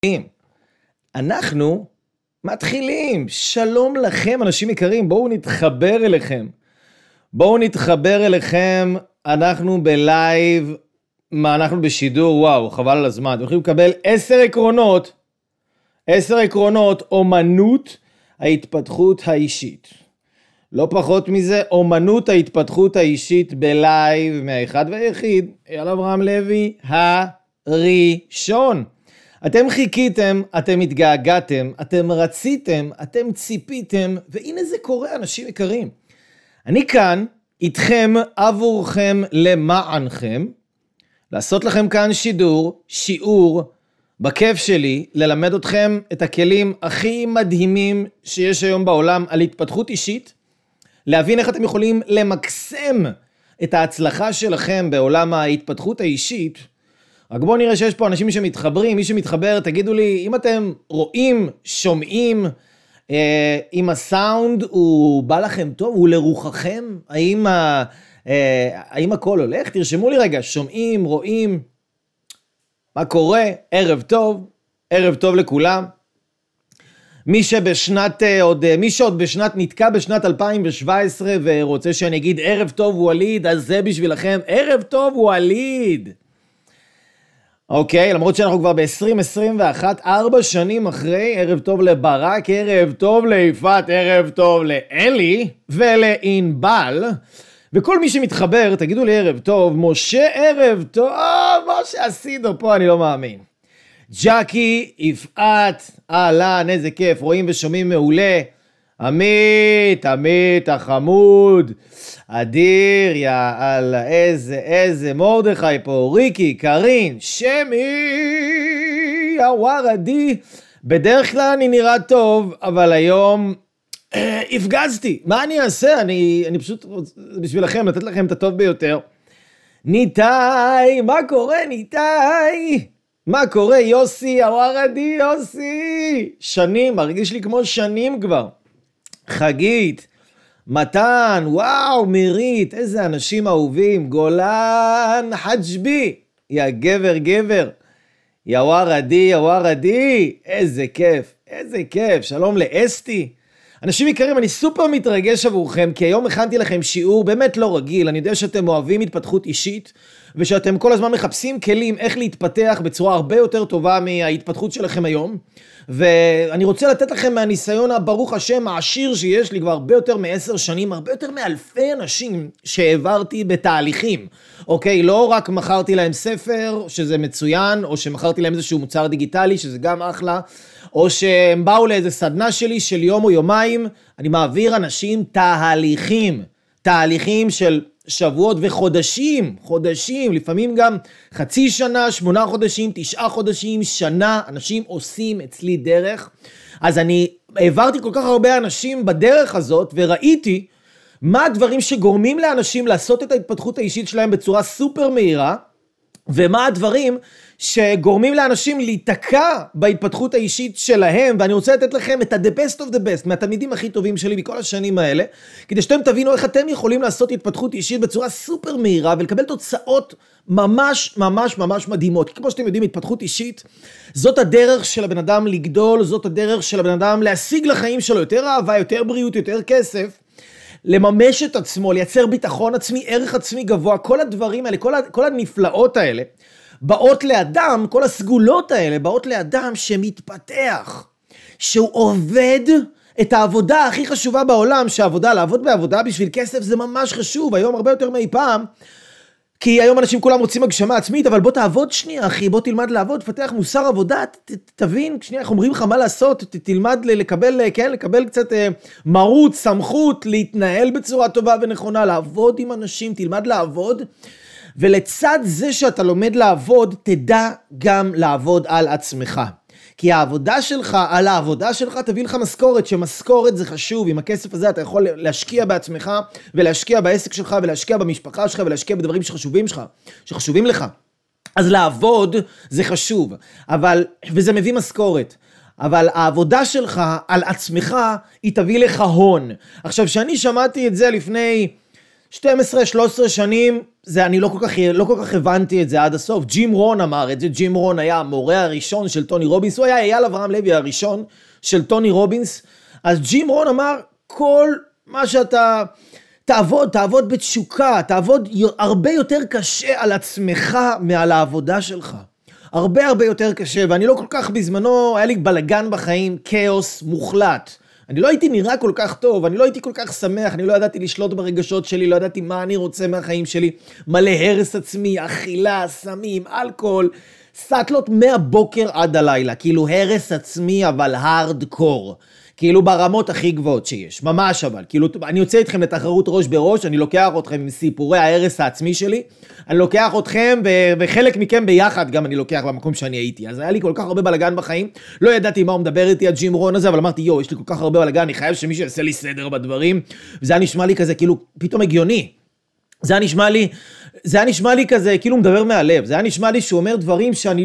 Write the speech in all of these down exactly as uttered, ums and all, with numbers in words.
אנחנו מתחילים. שלום לכם אנשים יקרים, בואו נתחבר אליכם. בואו נתחבר אליכם, אנחנו בלייב, מה אנחנו בשידור, וואו, חבל על הזמן. אתם יכולים לקבל עשר עקרונות, עשר עקרונות, אומנות ההתפתחות האישית. לא פחות מזה, אומנות ההתפתחות האישית בלייב מהאחד והיחיד, אייל אברהם לוי הראשון. אתם חיכיתם, אתם התגעגעתם, אתם רציתם, אתם ציפיתם, והנה זה קורה אנשים יקרים. אני כאן איתכם, עבורכם, למענכם, לעשות לכם כאן שידור, שיעור, בכיף שלי, ללמד אתכם את הכלים הכי מדהימים שיש היום בעולם על התפתחות אישית, להבין איך אתם יכולים למקסם את ההצלחה שלכם בעולם ההתפתחות האישית. רק בואו נראה שיש פה אנשים שמתחברים, מי שמתחבר, תגידו לי, אם אתם רואים, שומעים, אה, אם הסאונד הוא בא לכם טוב, הוא לרוחכם, האם, ה, אה, האם הכל הולך? תרשמו לי רגע, שומעים, רואים, מה קורה? ערב טוב, ערב טוב לכולם. מי שבשנת, עוד, מי שעוד בשנת, נתקע בשנת אלפיים שבע עשרה ורוצה שאני אגיד ערב טוב ווליד, אז זה בשבילכם, ערב טוב ווליד. אוקיי, למרות שאנחנו כבר ב-עשרים עשרים ואחת, ארבע שנים אחרי, ערב טוב לברק, ערב טוב ליפת, ערב טוב לאלי ולענבל, וכל מי שמתחבר, תגידו לי ערב טוב, משה ערב טוב, משה עשידו פה, אני לא מאמין. ג'קי, יפעת, אהלן, איזה כיף, רואים ושומעים מעולה. עמית, עמית החמוד, אדיר, יאללה, איזה, איזה, מורדכי פה, ריקי, קרין, שמי, הווארדי, בדרך כלל אני נראה טוב, אבל היום אה, הפגזתי, מה אני אעשה? אני, אני פשוט רוצה, בשבילכם, לתת לכם את הטוב ביותר. ניתאי, מה קורה ניתאי? מה קורה יוסי, הווארדי, יוסי? שנים, מרגיש לי כמו שנים כבר. חגית, מתן, וואו, מירית, איזה אנשים אהובים, גולן, חג'בי, יא גבר גבר, יא ווארדי, יא ווארדי, איזה כיף, איזה כיף, שלום לאסתי. אנשים יקרים, אני סופר מתרגש עבורכם, כי היום הכנתי לכם שיעור באמת לא רגיל, אני יודע שאתם אוהבים התפתחות אישית, ושאתם כל הזמן מחפשים כלים איך להתפתח בצורה הרבה יותר טובה מההתפתחות שלכם היום, ואני רוצה לתת לכם מהניסיון הברוך השם העשיר שיש לי כבר הרבה יותר מעשר שנים, הרבה יותר מאלפי אנשים שהעברתי בתהליכים, אוקיי? לא רק מכרתי להם ספר, שזה מצוין, או שמכרתי להם איזשהו מוצר דיגיטלי, שזה גם אחלה, או שהם באו לאיזה סדנה שלי של יום או יומיים, אני מעביר אנשים תהליכים, תהליכים של שבועות וחודשים, חודשים, לפעמים גם חצי שנה, שמונה חודשים, תשעה חודשים, שנה, אנשים עושים אצלי דרך. אז אני העברתי כל כך הרבה אנשים בדרך הזאת, וראיתי מה הדברים שגורמים לאנשים לעשות את ההתפתחות האישית שלהם בצורה סופר מהירה, ומה הדברים שגורמים לאנשים להיתקע בהתפתחות האישית שלהם, ואני רוצה לתת לכם את ה-the best of the best, מהתלמידים הכי טובים שלי בכל השנים האלה, כדי שאתם תבינו איך אתם יכולים לעשות התפתחות אישית בצורה סופר מהירה, ולקבל תוצאות ממש ממש ממש מדהימות. כי כמו שאתם יודעים, התפתחות אישית, זאת הדרך של הבן אדם לגדול, זאת הדרך של הבן אדם להשיג לחיים שלו יותר אהבה, יותר בריאות, יותר כסף, לממש את עצמו, לייצר ביטחון עצמי, ערך עצמי גבוה, כל הדברים האלה, כל, ה, כל הנפלאות האלה, באות לאדם, כל הסגולות האלה, באות לאדם שמתפתח, שהוא עובד את העבודה הכי חשובה בעולם, שהעבודה, לעבוד בעבודה בשביל כסף זה ממש חשוב, היום הרבה יותר מאי פעם, כי היום אנשים כולם רוצים הגשמה עצמית, אבל בוא תעבוד שנייה אחי, בוא תלמד לעבוד, תפתח מוסר עבודה, ת, ת, תבין, שנייה, אנחנו אומרים לך מה לעשות, ת, תלמד לקבל, כן, לקבל קצת אה, מרות, סמכות, להתנהל בצורה טובה ונכונה, לעבוד עם אנשים, תלמד לעבוד, ולצד זה שאתה לומד לעבוד, תדע גם לעבוד על עצמך. כי העבודה שלך, על העבודה שלך תביא לך משכורת, שמשכורת זה חשוב, עם הכסף הזה אתה יכול להשקיע בעצמך, ולהשקיע בעסק שלך, ולהשקיע במשפחה שלך, ולהשקיע בדברים שחשובים שלך, שחשובים לך. אז לעבוד זה חשוב, אבל, וזה מביא משכורת. אבל העבודה שלך על עצמך, היא תביא לך הון. עכשיו, שאני שמעתי את זה לפני שתים עשרה שלוש עשרה שנים, זה אני לא כל כך, לא כל כך הבנתי את זה עד הסוף. ג'ים רון אמר את זה, ג'ים רון היה המורה הראשון של טוני רובינס, הוא היה אייל אברהם לוי הראשון של טוני רובינס, אז ג'ים רון אמר, כל מה שאתה תעבוד, תעבוד בתשוקה, תעבוד הרבה יותר קשה על עצמך מעל העבודה שלך. הרבה הרבה יותר קשה, ואני לא כל כך בזמנו, היה לי בלגן בחיים, כאוס מוחלט. אני לא הייתי נראה כל כך טוב, אני לא הייתי כל כך שמח, אני לא ידעתי לשלוט ברגשות שלי, לא ידעתי מה אני רוצה מהחיים שלי, מלא הרס עצמי, אכילה, סמים, אלכוהול, סטלות מהבוקר עד הלילה, כאילו הרס עצמי אבל הארדקור, כאילו ברמות הכי גבוהות שיש, ממש אבל, כאילו אני יוצא איתכם לתחרות ראש בראש, אני לוקח אתכם עם סיפורי ההרס העצמי שלי, אני לוקח אתכם ו- וחלק מכם ביחד גם אני לוקח במקום שאני הייתי, אז היה לי כל כך הרבה בלגן בחיים, לא ידעתי מה הוא מדבר איתי על ג'ים רון הזה, אבל אמרתי יו, יש לי כל כך הרבה בלגן, אני חייב שמישהו יעשה לי סדר בדברים, וזה היה נשמע לי כזה כאילו פתאום הגיוני, זה היה נשמע לי, זה היה נשמע לי כזה כאילו מדבר מהלב, זה היה נשמע לי שהוא אומר דברים שאני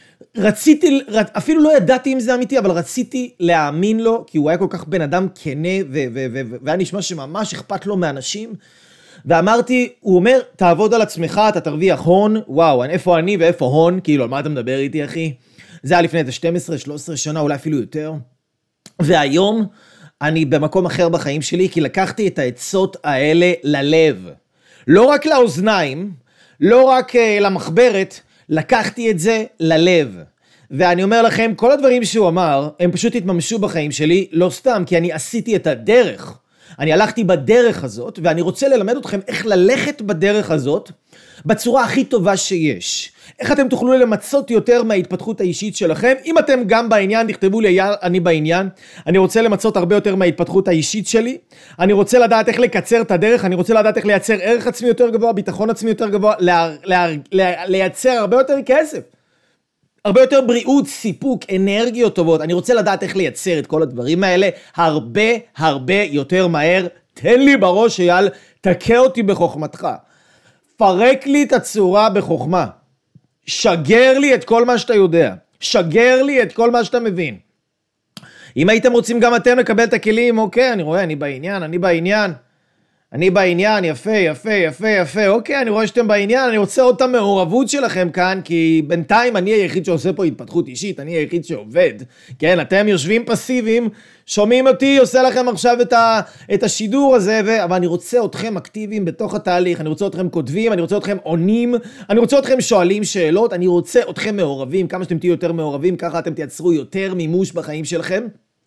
רציתי, אפילו לא ידעתי אם זה אמיתי, אבל רציתי להאמין לו, כי הוא היה כל כך בן אדם כנה, והיה נשמע שממש אכפת לו מאנשים, ואמרתי, הוא אומר, תעבוד על עצמך, אתה תרוויח הון, וואו, איפה אני ואיפה הון, כאילו, על מה אתה מדבר איתי, אחי? זה היה לפני איזה שתים עשרה שלוש עשרה שנה, אולי אפילו יותר, והיום אני במקום אחר בחיים שלי, כי לקחתי את העצות האלה ללב, לא רק לאוזניים, לא רק uh, למחברת, לקחתי את זה ללב, ואני אומר לכם, כל הדברים שהוא אמר, הם פשוט התממשו בחיים שלי, לא סתם, כי אני עשיתי את הדרך, אני הלכתי בדרך הזאת, ואני רוצה ללמד אתכם איך ללכת בדרך הזאת, בצורה הכי טובה שיש. איך אתם תוכלו למצות יותר מההתפתחות האישית שלכם, אם אתם גם בעניין, תכתבו לי, אני בעניין, אני רוצה למצות הרבה יותר מההתפתחות האישית שלי, אני רוצה לדעת איך לקצר את הדרך, אני רוצה לדעת איך לייצר ערך עצמי יותר גבוה, ביטחון עצמי יותר גבוה, לה, לה, לה, לייצר הרבה יותר כסף, הרבה יותר בריאות, סיפוק, אנרגיות טובות, אני רוצה לדעת איך לייצר את כל הדברים האלה, הרבה הרבה יותר מהר, תן לי בראש אייל, תקע אותי בחוכמתך, פרק לי את הצורה בחוכמה, שגר לי את כל מה שאתה יודע, שגר לי את כל מה שאתה מבין. אם הייתם רוצים גם אתם לקבל את הכלים, אוקיי, אני רואה, אני בעניין, אני בעניין, אני בעניין, יפה, יפה, יפה, יפה, אוקיי, אני רואה שאתם בעניין, אני רוצה עוד את המעורבות שלכם כאן, כי בינתיים אני היחיד שעושה פה התפתחות אישית, אני היחיד שעובד, כן, אתם יושבים פסיביים, שומעים אותי, עושה לכם עכשיו את, ה, את השידור הזה, ו... אבל אני רוצה אתכם אקטיביים בתוך התהליך, אני רוצה אתכם כותבים, אני רוצה אתכם עונים, אני רוצה אתכם שואלים שאלות, אני רוצה אתכם מעורבים, כמה שאתם תהיו יותר מעורבים, ככה אתם תייצרו יותר מימוש בחיים שלכם.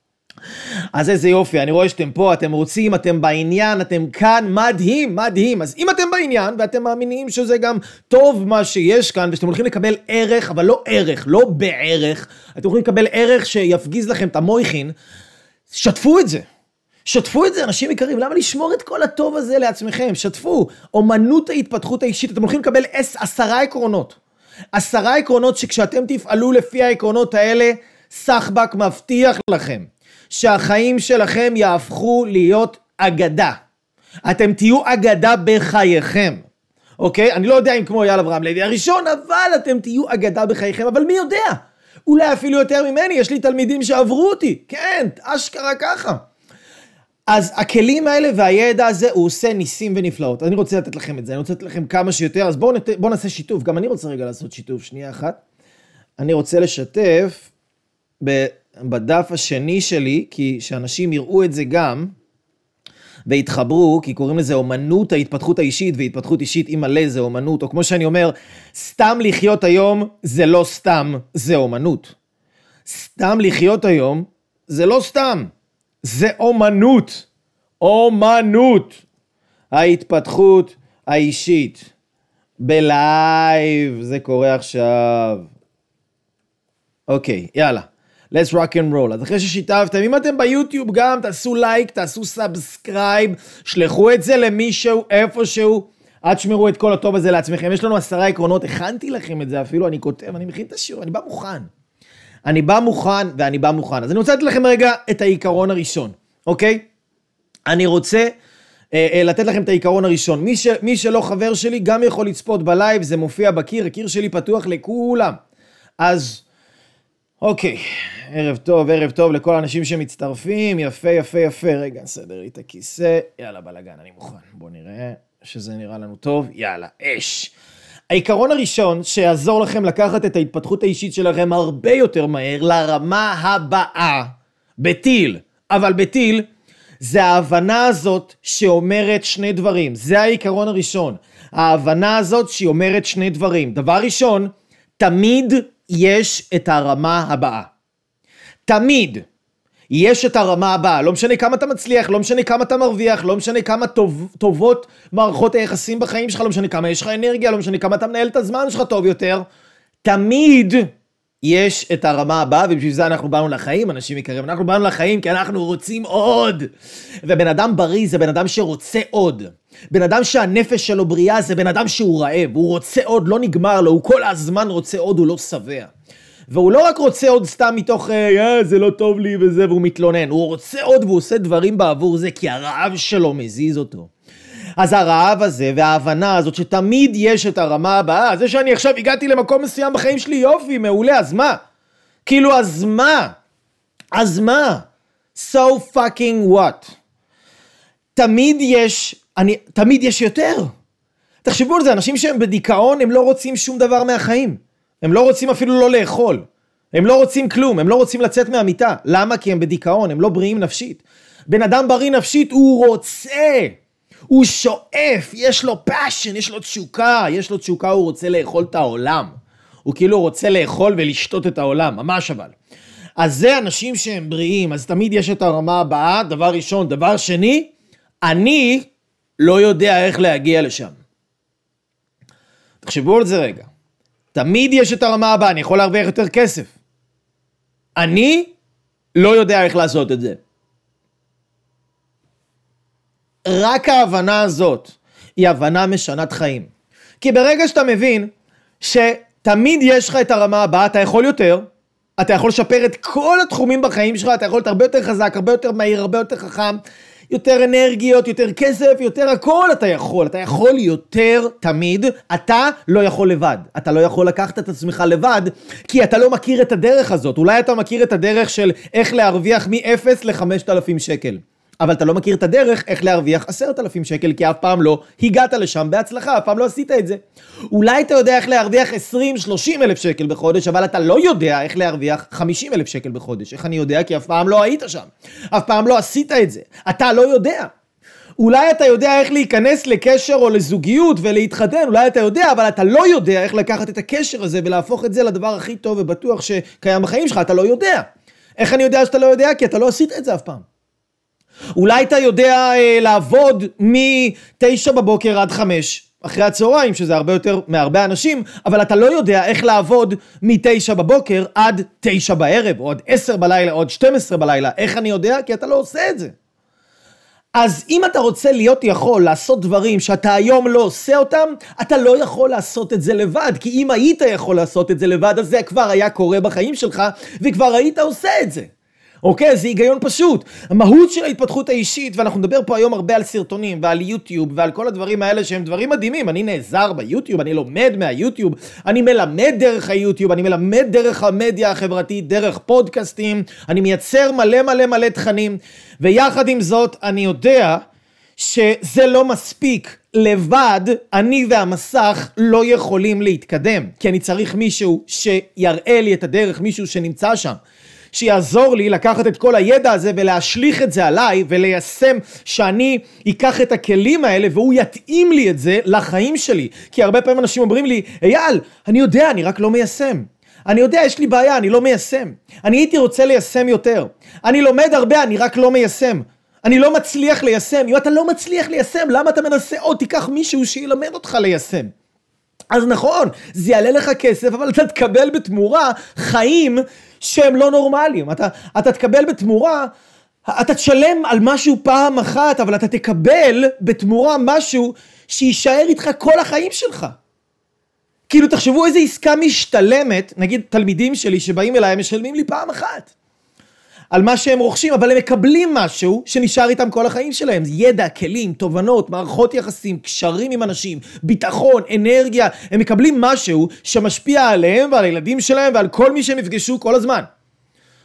אז איזה יופי, אני רואה שאתם פה, אתם רוצים, אתם בעניין, אתם כאן, מדהים, מדהים. אז אם אתם בעניין ואתם מאמינים שזה גם טוב מה שיש כאן, ושאתם הולכים לקבל ערך, אבל לא ערך, לא בערך, אתם הולכים לקבל ערך שיפגיז לכם את המויכין, שתפו את זה. שתפו את זה, אנשים יקרים, למה לשמור את כל הטוב הזה לעצמכם? שתפו, אומנות ההתפתחות האישית, אתם הולכים לקבל עשרה עקרונות. עשרה עקרונות שכשאתם תפעלו לפי העקרונות האלה, סחבק מבטיח לכם. שהחיים שלכם יהפכו להיות אגדה. אתם תהיו אגדה בחייכם. אוקיי? אני לא יודע אם כמו אייל אברהם לוי הראשון, אבל אתם תהיו אגדה בחייכם. אבל מי יודע? אולי אפילו יותר ממני, יש לי תלמידים שעברו אותי. כן, אשכרה ככה. אז הכלים האלה והידע הזה, הוא עושה ניסים ונפלאות. אני רוצה לתת לכם את זה, אני רוצה לתת לכם כמה שיותר. אז בואו נת... בוא נעשה שיתוף. גם אני רוצה רגע לעשות שיתוף, שנייה אחת. אני רוצה לשתף ב... בדף השני שלי, כי שאנשים יראו את זה גם, והתחברו, כי קוראים לזה אומנות ההתפתחות האישית, והתפתחות אישית עם מלא זה אומנות, או כמו שאני אומר, סתם לחיות היום זה לא סתם, זה אומנות. סתם לחיות היום זה לא סתם, זה אומנות. אומנות. ההתפתחות האישית. בלייב, זה קורה עכשיו. אוקיי, יאללה. let's rock and roll. אז אחרי ששיתפתם, אם אתם ביוטיוב גם, תעשו לייק, תעשו סאבסקרייב, שלחו את זה למישהו, איפשהו, עד שמרו את כל הטוב הזה לעצמכם. יש לנו עשרה עקרונות, הכנתי לכם את זה אפילו, אני כותב, אני מכין את השיעור, אני בא מוכן. אני בא מוכן ואני בא מוכן. אז אני רוצה לתת לכם רגע את העיקרון הראשון, אוקיי? אני רוצה אה, אה, לתת לכם את העיקרון הראשון. מי, ש, מי שלא חבר שלי גם יכול לצפות בלייב, זה מופיע בקיר, הקיר שלי פתוח לכולם. אז אוקיי, ערב טוב, ערב טוב לכל האנשים שמצטרפים, יפה, יפה, יפה, רגע, נסדר לי את הכיסא, יאללה בלגן, אני מוכן, בוא נראה, שזה נראה לנו טוב, יאללה, אש. העיקרון הראשון שיעזור לכם לקחת את ההתפתחות האישית שלכם הרבה יותר מהר לרמה הבאה, בטיל, אבל בטיל זה ההבנה הזאת שאומרת שני דברים, זה העיקרון הראשון, ההבנה הזאת שהיא אומרת שני דברים, דבר ראשון, תמיד יש את הרמה הבאה, תמיד יש את הרמה הבאה, לא משנה כמה אתה מצליח, לא משנה כמה אתה מרוויח, לא משנה כמה טוב, טובות מערכות היחסים בחיים שלך, לא משנה כמה יש לך אנרגיה, לא משנה כמה אתה מנהל את הזמן שלך טוב יותר, תמיד יש את הרמה הבאה, ובשביל זה אנחנו באנו לחיים, אנשים יקרים, אנחנו באנו לחיים כי אנחנו רוצים עוד, ובן אדם בריא זה בן אדם שרוצה עוד, בן אדם שהנפש שלו בריאה זה בן אדם שהוא רעב, הוא רוצה עוד, לא נגמר לו, הוא כל הזמן רוצה עוד, הוא לא שבע. והוא לא רק רוצה עוד סתם מתוך, אה, זה לא טוב לי וזה, והוא מתלונן, הוא רוצה עוד והוא עושה דברים בעבור זה, כי הרעב שלו מזיז אותו. אז הרעב הזה וההבנה הזאת שתמיד יש את הרמה הבאה, זה שאני עכשיו הגעתי למקום מסוים בחיים שלי, יופי, מעולה, אז מה? כאילו, אז מה? אז מה? So fucking what? תמיד יש, אני, תמיד יש יותר. תחשבו על זה, אנשים שהם בדיכאון, הם לא רוצים שום דבר מהחיים. הם לא רוצים אפילו לא לאכול. הם לא רוצים כלום, הם לא רוצים לצאת מהמיטה. למה? כי הם בדיכאון, הם לא בריאים נפשית. בן אדם בריא נפשית, הוא רוצה. הוא שואף, יש לו passion, יש לו תשוקה, יש לו תשוקה, הוא רוצה לאכול את העולם. הוא כאילו רוצה לאכול ולשתות את העולם, ממש אבל. אז זה אנשים שהם בריאים, אז תמיד יש את הרמה הבאה, דבר ראשון. דבר שני, אני לא יודע איך להגיע לשם. תחשבו על זה רגע. תמיד יש את הרמה הבאה, אני יכול להרוויח יותר כסף. אני לא יודע איך לעשות את זה. רק ההבנה הזאת היא הבנה משנת חיים. כי ברגע שאתה מבין שתמיד יש לך את הרמה הבאה, אתה יכול יותר, אתה יכול לשפר את כל התחומים בחיים שלך, אתה יכול להיות הרבה יותר חזק, הרבה יותר מהיר, הרבה יותר חכם, יותר אנרגיות, יותר כסף, יותר הכל אתה יכול, אתה יכול יותר תמיד, אתה לא יכול לבד, אתה לא יכול לקחת את עצמך לבד, כי אתה לא מכיר את הדרך הזאת, אולי אתה מכיר את הדרך של איך להרוויח מ-אפס ל-חמשת אלפים שקל, אבל אתה לא מכיר את הדרך איך להרוויח עשרת אלפים שקל, כי אף פעם לא הגעת לשם בהצלחה, אף פעם לא עשית את זה. אולי אתה יודע איך להרוויח עשרים שלושים אלף שקל בחודש, אבל אתה לא יודע איך להרוויח חמישים אלף שקל בחודש. איך אני יודע? כי אף פעם לא היית שם. אף פעם לא עשית את זה. אתה לא יודע. אולי אתה יודע איך להיכנס לקשר או לזוגיות ולהתחתן, אולי אתה יודע, אבל אתה לא יודע איך לקחת את הקשר הזה ולהפוך את זה לדבר הכי טוב ובטוח שקיים בחיים שלך. אתה לא יודע. איך אני יודע שאתה לא יודע? כי אתה לא עשית את זה אף פעם. אולי אתה יודע אה, לעבוד מתשע בבוקר עד חמש אחרי הצהריים, שזה הרבה יותר מהרבה אנשים, אבל אתה לא יודע איך לעבוד מתשע בבוקר עד תשע בערב, או עד עשר בלילה, או עד שתים עשרה בלילה. איך אני יודע? כי אתה לא עושה את זה. אז אם אתה רוצה להיות יכול לעשות דברים שאתה היום לא עושה אותם, אתה לא יכול לעשות את זה לבד, כי אם היית יכול לעשות את זה לבד, אז זה כבר היה קורה בחיים שלך, וכבר היית עושה את זה. אוקיי, זה היגיון פשוט. המהות של ההתפתחות האישית, ואנחנו נדבר פה היום הרבה על סרטונים ועל יוטיוב ועל כל הדברים האלה שהם דברים מדהימים. אני נעזר ביוטיוב, אני לומד מהיוטיוב, אני מלמד דרך היוטיוב, אני מלמד דרך המדיה החברתית, דרך פודקאסטים, אני מייצר מלא מלא מלא תכנים, ויחד עם זאת אני יודע שזה לא מספיק. לבד, אני והמסך לא יכולים להתקדם, כי אני צריך מישהו שיראה לי את הדרך, מישהו שנמצא שם. שיעזור לי לקחת את כל הידע הזה ולהשליך את זה עליי וליישם, שאני אקח את הכלים האלה והוא יתאים לי את זה לחיים שלי. כי הרבה פעמים אנשים אומרים לי, אייל, אני יודע, אני רק לא מיישם. אני יודע, יש לי בעיה, אני לא מיישם. אני הייתי רוצה ליישם יותר. אני לומד הרבה, אני רק לא מיישם. אני לא מצליח ליישם. אם אתה לא מצליח ליישם, למה אתה מנסה עוד? תיקח מישהו שילמד אותך ליישם. אז נכון, זה יעלה לך כסף, אבל אתה תקבל בתמורה חיים שהם לא נורמליים. אתה, אתה תקבל בתמורה, אתה תשלם על משהו פעם אחת, אבל אתה תקבל בתמורה משהו שישאר איתך כל החיים שלך. כאילו תחשבו איזה עסקה משתלמת, נגיד תלמידים שלי שבאים אליי, הם משלמים לי פעם אחת. על מה שהם רוכשים, אבל הם מקבלים משהו שנשאר איתם כל החיים שלהם. ידע, כלים, תובנות, מערכות יחסים, קשרים עם אנשים, ביטחון, אנרגיה. הם מקבלים משהו שמשפיע עליהם ועל הילדים שלהם ועל כל מי שהם יפגשו כל הזמן.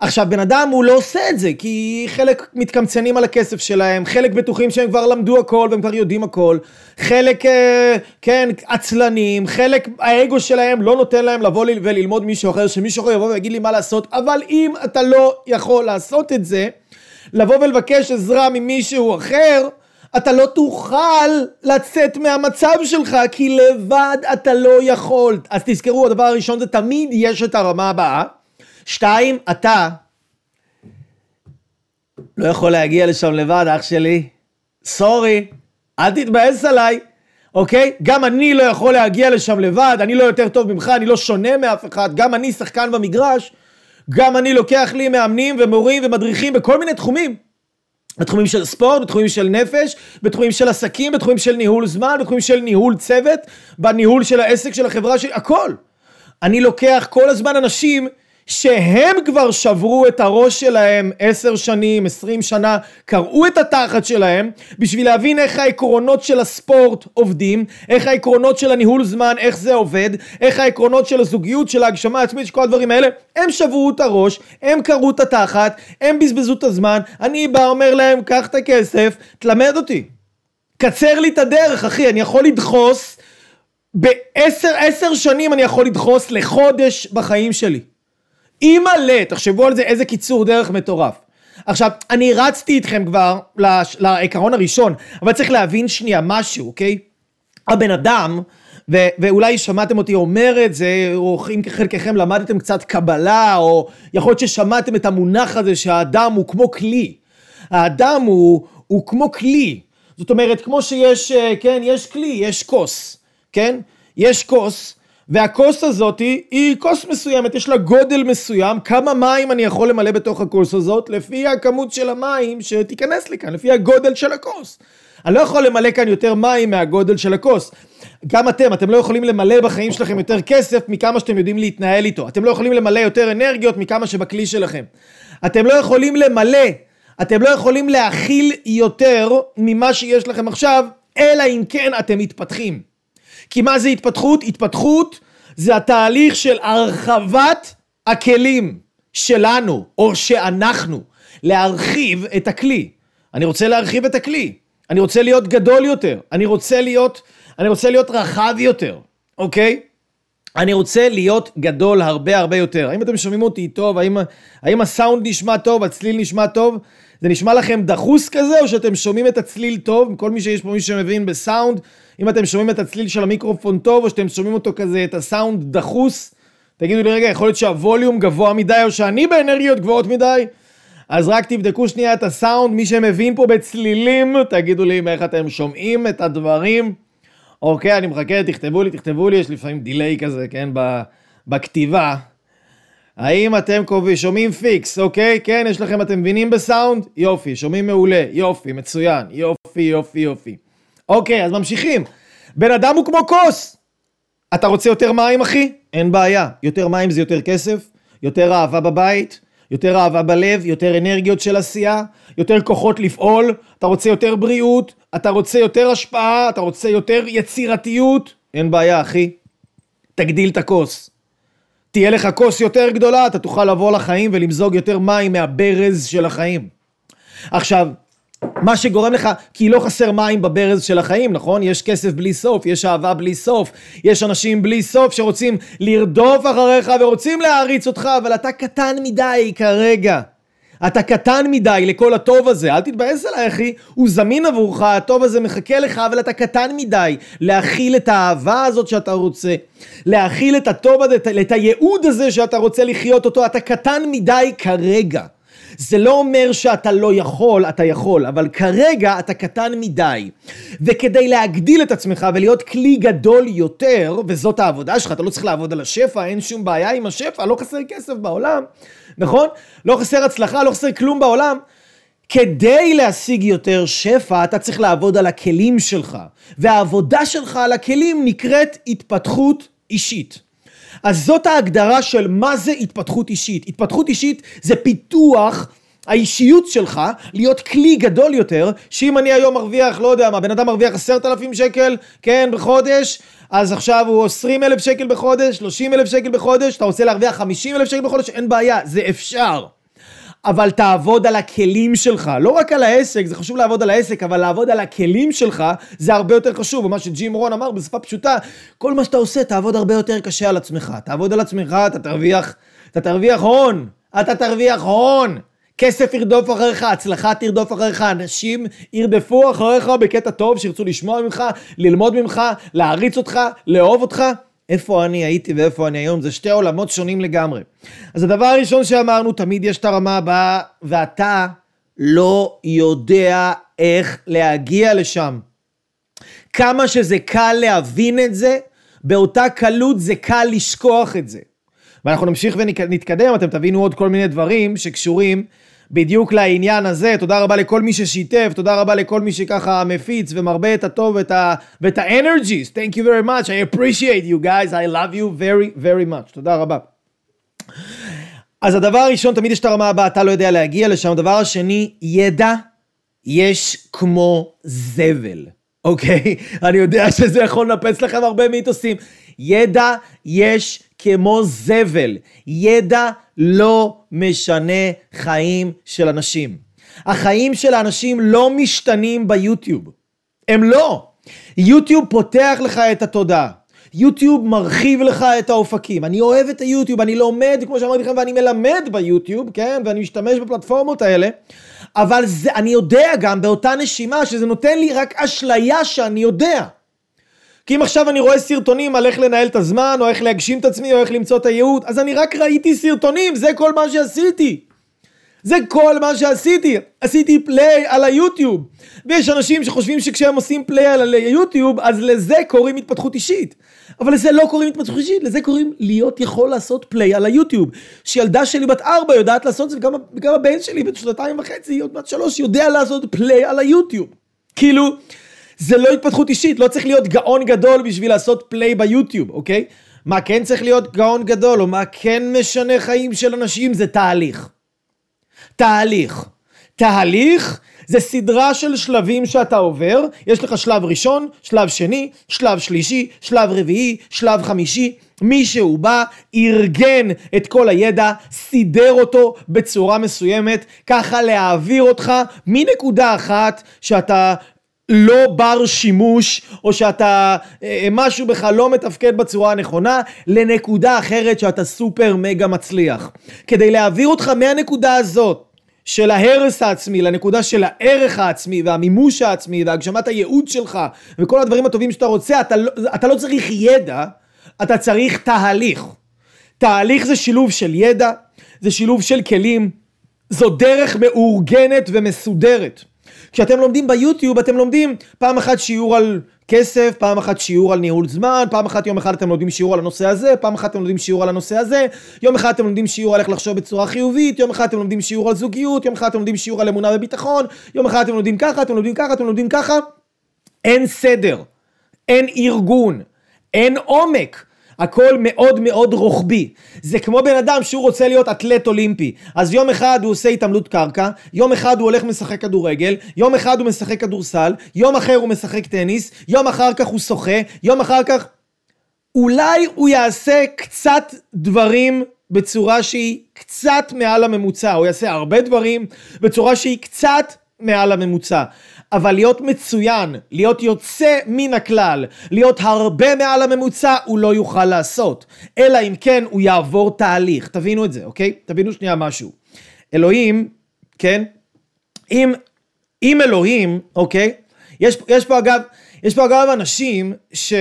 עכשיו, בן אדם הוא לא עושה את זה, כי חלק מתקמצנים על הכסף שלהם, חלק בטוחים שהם כבר למדו הכל והם כבר יודעים הכל, חלק, כן, עצלנים, חלק, האגו שלהם לא נותן להם לבוא וללמוד מישהו אחר, שמישהו אחר יבוא ויגיד לי מה לעשות, אבל אם אתה לא יכול לעשות את זה, לבוא ולבקש עזרה ממישהו אחר, אתה לא תוכל לצאת מהמצב שלך, כי לבד אתה לא יכול. אז תזכרו, הדבר הראשון זה תמיד יש את הרמה הבאה. שתיים, אתה לא יכול להגיע לשם לבד, אח שלי. סורי, אל תתבאס עליי, אוקיי? גם אני לא יכול להגיע לשם לבד, אני לא יותר טוב ממך, אני לא שונה מאף אחד, גם אני שחקן במגרש, גם אני לוקח לי מאמנים ומורים ומדריכים בכל מיני תחומים. בתחומים של ספורט, בתחומים של נפש, בתחומים של עסקים, בתחומים של ניהול זמן, בתחומים של ניהול צוות, בניהול של העסק של החברה שלי, הכל. אני לוקח כל הזמן אנשים שהם כבר שברו את הראש שלהם עשר שנים, עשרים שנה, קראו את התחת שלהם, בשביל להבין איך העקרונות של הספורט עובדים, איך העקרונות של הניהול זמן, איך זה עובד, איך העקרונות של הזוגיות, של ההגשמה העצמית, שכל הדברים האלה, הם שברו את הראש, הם קראו את התחת, הם בזבזו את הזמן, אני בא אומר להם, קח את הכסף, תלמד אותי, קצר לי את הדרך, אחי, אני יכול לדחוס, בעשר, עשר שנים אני יכול לדחוס לחודש בחיים שלי. אימא'לה, תחשבו על זה, איזה קיצור דרך מטורף. עכשיו, אני רצתי איתכם כבר לעיקרון הראשון, אבל צריך להבין שנייה משהו, אוקיי? הבן אדם, ו- ואולי שמעתם אותי אומר את זה, או אם חלקכם למדתם קצת קבלה, או יכול להיות ששמעתם את המונח הזה שהאדם הוא כמו כלי. האדם הוא, הוא כמו כלי. זאת אומרת, כמו שיש, כן, יש כלי, יש כוס, כן? יש כוס, והכוס הזאת היא כוס מסוימת, יש לה גודל מסוים, כמה מים אני יכול למלא בתוך הכוס הזאת, לפי הכמות של המים שתיכנס לי כאן, לפי הגודל של הכוס. אני לא יכול למלא כאן יותר מים מהגודל של הכוס. גם אתם, אתם לא יכולים למלא בחיים שלכם יותר כסף מכמה שאתם יודעים להתנהל איתו. אתם לא יכולים למלא יותר אנרגיות מכמה שבכלי שלכם. אתם לא יכולים למלא, אתם לא יכולים להכיל יותר ממה שיש לכם עכשיו, אלא אם כן אתם מתפתחים. כי מה זה התפתחות? התפתחות זה התהליך של הרחבת הכלים שלנו, או שאנחנו, להרחיב את הכלי. אני רוצה להרחיב את הכלי. אני רוצה להיות גדול יותר. אני רוצה להיות, אני רוצה להיות רחב יותר. אוקיי? אני רוצה להיות גדול הרבה הרבה יותר. האם אתם שומעים אותי טוב? האם, האם הסאונד נשמע טוב? הצליל נשמע טוב? זה נשמע לכם דחוס כזה, או שאתם שומעים את הצליל טוב? כל מי שיש פה מי שמבין בסאונד, אם אתם שומעים את הצליל של המיקרופון טוב, או שאתם שומעים אותו כזה, את הסאונד דחוס, תגידו לי רגע, יכול להיות שהווליום גבוה מדי, או שאני באנרגיות גבוהות מדי? אז רק תבדקו שנייה את הסאונד, מי שמבין פה בצלילים, תגידו לי איך אתם שומעים את הדברים. אוקיי, אני מחכה, תכתבו לי, תכתבו לי, יש לפעמים דיליי כזה, כן, בכתיבה. האם אתם קובעים, שומעים פיקס, אוקיי? כן, יש לכם, אתם מבינים בסאונד? יופי, שומעים מעולה, יופי, מצוין, יופי, יופי, יופי. אוקיי, אז ממשיכים. בן אדם הוא כמו כוס. אתה רוצה יותר מים, אחי? אין בעיה. יותר מים זה יותר כסף, יותר אהבה בבית, יותר אהבה בלב, יותר אנרגיות של עשייה, יותר כוחות לפעול. אתה רוצה יותר בריאות, אתה רוצה יותר השפעה, אתה רוצה יותר יצירתיות. אין בעיה, אחי. תגדיל את הכוס. תהיה לך כוס יותר גדולה, אתה תוכל לבוא לחיים ולמזוג יותר מים מהברז של החיים. עכשיו, מה שגורם לך, כי לא חסר מים בברז של החיים, נכון? יש כסף בלי סוף, יש אהבה בלי סוף, יש אנשים בלי סוף שרוצים לרדוף אחריך ורוצים להעריץ אותך, אבל אתה קטן מדי כרגע. אתה קטן מדי לכל הטוב הזה, אל תתבאס עליי אחי, הוא זמין עבורך, הטוב הזה מחכה לך, אבל אתה קטן מדי להכיל את האהבה הזאת שאתה רוצה, להכיל את הטוב הזה, את הייעוד הזה שאתה רוצה לחיות אותו, אתה קטן מדי כרגע. זה לא אומר שאתה לא יכול, אתה יכול, אבל כרגע אתה קטן מדי. וכדי להגדיל את עצמך ולהיות כלי גדול יותר, וזאת העבודה שלך, אתה לא צריך לעבוד על השפע, אין שום בעיה עם השפע, לא חסר כסף בעולם, נכון? לא חסר הצלחה, לא חסר כלום בעולם. כדי להשיג יותר שפע, אתה צריך לעבוד על הכלים שלך. והעבודה שלך על הכלים נקראת התפתחות אישית. אז זאת ההגדרה של מה זה התפתחות אישית. התפתחות אישית זה פיתוח האישיות שלך להיות כלי גדול יותר, שאם אני היום מרוויח, לא יודע מה, בן אדם מרוויח עשרת אלפים שקל, כן, בחודש, אז עכשיו הוא עשרים אלף שקל בחודש, שלושים אלף שקל בחודש, אתה רוצה להרוויח חמישים אלף שקל בחודש, אין בעיה, זה אפשר. אבל תעבוד על הכלים שלך, לא רק על העסק, זה חשוב לעבוד על העסק, אבל לעבוד על הכלים שלך, זה הרבה יותר חשוב, ומה שג'ים רון אמר בשפה פשוטה, כל מה שאתה עושה, תעבוד הרבה יותר קשה על עצמך, תעבוד על עצמך, אתה תרוויח, אתה תרוויח הון, אתה תרוויח הון, כסף ירדוף אחריך, הצלחה תרדוף אחריך, אנשים ירדפו אחריך בקטע טוב, שירצו לשמוע ממך, ללמוד ממך, להריץ אותך, לאהוב אותך, איפה אני הייתי ואיפה אני היום, זה שתי עולמות שונים לגמרי. אז הדבר הראשון שאמרנו, תמיד יש את הרמה הבאה, ואתה לא יודע איך להגיע לשם. כמה שזה קל להבין את זה, באותה קלות זה קל לשכוח את זה. ואנחנו נמשיך ונתקדם, אתם תבינו עוד כל מיני דברים שקשורים בדיוק לעניין הזה. תודה רבה לכל מי ששיתף, תודה רבה לכל מי שככה מפיץ ומרבה את הטוב ואת ה ואת האנרג'יז. Thank you very much. I appreciate you guys. I love you very very much. תודה רבה. אז הדבר הראשון, תמיד יש את הרמה הבאה, אתה לא יודע להגיע לשם. הדבר השני, ידע יש כמו זבל. אוקיי? אני יודע שזה יכול לנפץ לכם הרבה מיתוסים. ידע יש כמו זבל. ידע לא משנה חיים של אנשים. החיים של האנשים לא משתנים ביוטיוב. הם לא. יוטיוב פותח לך את התודעה. יוטיוב מרחיב לך את האופקים. אני אוהב את היוטיוב, אני לומד, כמו שאמרתי לכם, ואני מלמד ביוטיוב, כן? ואני משתמש בפלטפורמות האלה. אבל זה, אני יודע גם באותה נשימה שזה נותן לי רק אשליה שאני יודע. כי אם עכשיו אני רואה סרטונים על איך לנהל את הזמן, או איך להגשים את עצמי, או איך למצוא את הייעוד, אז אני רק ראיתי סרטונים, זה כל מה שעשיתי. זה כל מה שעשיתי. עשיתי פליי על היוטיוב. ויש אנשים שחושבים שכשהם עושים פליי על היוטיוב, אז לזה קוראים התפתחות אישית. אבל לזה לא קוראים התפתחות אישית, לזה קוראים להיות יכול לעשות פליי על היוטיוב. שילדה שלי בת ארבע יודעת לעשות זה, וגם, וגם הבן שלי בת שנתיים וחצי, עוד בת שלוש, יודע לעשות פליי על היוטיוב. כאילו, זה לא התפתחות אישית, לא צריך להיות גאון גדול בשביל לעשות פליי ביוטיוב, אוקיי? מה כן צריך להיות גאון גדול, או מה כן משנה חיים של אנשים, זה תהליך. תהליך. תהליך זה סדרה של שלבים שאתה עובר, יש לך שלב ראשון, שלב שני, שלב שלישי, שלב רביעי, שלב חמישי, מישהו בא, ארגן את כל הידע, סידר אותו בצורה מסוימת, ככה להעביר אותך מנקודה אחת שאתה לא בר שימוש, או שאתה אה, משהו בך לא מתפקד בצורה הנכונה, לנקודה אחרת שאתה סופר מגה מצליח. כדי להעביר אותך מהנקודה הזאת, של ההרס העצמי, לנקודה של הערך העצמי, והמימוש העצמי, והגשמת הייעוד שלך, וכל הדברים הטובים שאתה רוצה, אתה לא, אתה לא צריך ידע, אתה צריך תהליך. תהליך זה שילוב של ידע, זה שילוב של כלים, זו דרך מאורגנת ומסודרת. כשאתם לומדים ביוטיוב, אתם לומדים פעם אחת שיעור על כסף, פעם אחת שיעור על ניהול זמן, פעם אחת יום אחד אתם לומדים שיעור על הנושא הזה, פעם אחת אתם לומדים שיעור על הנושא הזה, יום אחד אתם לומדים שיעור על איך לחשוב בצורה חיובית, יום אחד אתם לומדים שיעור על זוגיות, יום אחד אתם לומדים שיעור על אמונה וביטחון, יום אחד אתם לומדים ככה, אתם לומדים ככה, אתם לומדים ככה. אין סדר, אין ארגון, אין עומק. הכל מאוד מאוד רוחבי. זה כמו בן אדם שהוא רוצה להיות אתלט אולימפי. אז יום אחד הוא עושה התעמלות קרקע, יום אחד הוא הולך משחק כדורגל, יום אחד הוא משחק כדורסל, יום אחר הוא משחק טניס, יום אחר כך הוא שוחה, יום אחר כך... אולי הוא יעשה קצת דברים בצורה שהיא קצת מעל הממוצע, הוא יעשה הרבה דברים בצורה שהיא קצת מעל הממוצע. אבל להיות מצוין, להיות יוצא מן הכלל, להיות הרבה מעל הממוצע, הוא לא יוכל לעשות. אלא אם כן הוא יעבור תהליך. תבינו את זה, אוקיי? תבינו שנייה משהו. אלוהים, כן? אם, אם אלוהים, אוקיי? יש, יש פה אגב, יש פה אגב אנשים ש...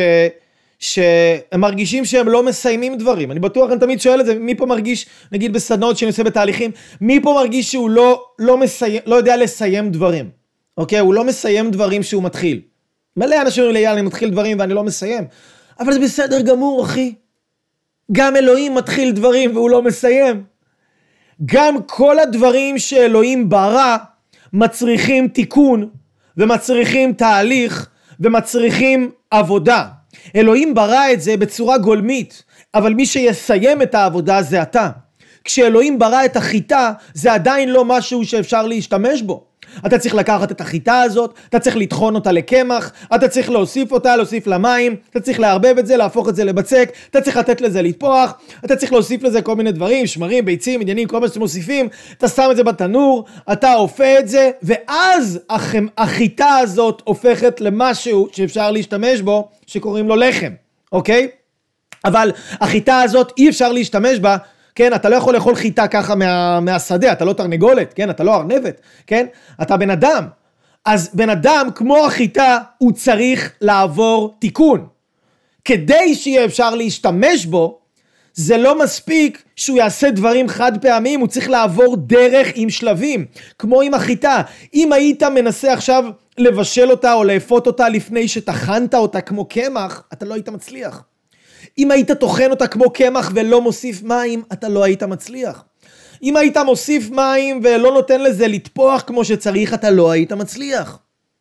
שהם מרגישים שהם לא מסיימים דברים. אני בטוח, אני תמיד שואל את זה, מי פה מרגיש, נגיד בסדנות שאני עושה בתהליכים, מי פה מרגיש שהוא לא, לא מסיים, לא יודע לסיים דברים? אוקיי, הוא לא מסיים דברים שהוא מתחיל. מלא אנשים אומרים לי, יאללה, אני מתחיל דברים ואני לא מסיים. אבל זה בסדר גמור, אחי. גם אלוהים מתחיל דברים והוא לא מסיים. גם כל הדברים שאלוהים ברא, מצריכים תיקון, ומצריכים תהליך, ומצריכים עבודה. אלוהים ברא את זה בצורה גולמית, אבל מי שיסיים את העבודה זה אתה. כשאלוהים ברא את החיטה, זה עדיין לא משהו שאפשר להשתמש בו. אתה צריך לקחת את החיטה הזאת, אתה צריך לטחון אותה לקמח, אתה צריך להוסיף אותה, להוסיף למים, אתה צריך לערבב את זה, להפוך את זה לבצק, אתה צריך לתת לזה לטפוח, אתה צריך להוסיף לזה כל מיני דברים, שמרים, ביצים, עניינים, כל מה שאתם מוסיפים, אתה שם את זה בתנור, אתה אופה את זה, ואז החיטה הזאת הופכת למשהו שאפשר להשתמש בו, שקוראים לו לחם, אוקיי? אבל החיטה הזאת אי אפשר להשתמש בה, כן, אתה לא יכול לאכול חיטה ככה מה, מהשדה, אתה לא תרנגולת, כן, אתה לא ארנבת, כן, אתה בן אדם. אז בן אדם, כמו החיטה, הוא צריך לעבור תיקון. כדי שיהיה אפשר להשתמש בו, זה לא מספיק שהוא יעשה דברים חד פעמים, הוא צריך לעבור דרך עם שלבים, כמו עם החיטה. אם היית מנסה עכשיו לבשל אותה או לאפות אותה לפני שטחנת אותה כמו קמח, אתה לא היית מצליח. אם היית טוחן אותה כמו קמח ולא מוסיף מים, אתה לא היית מצליח. אם היית מוסיף מים ולא נותן לזה לטפוח כמו שצריך, אתה לא היית מצליח.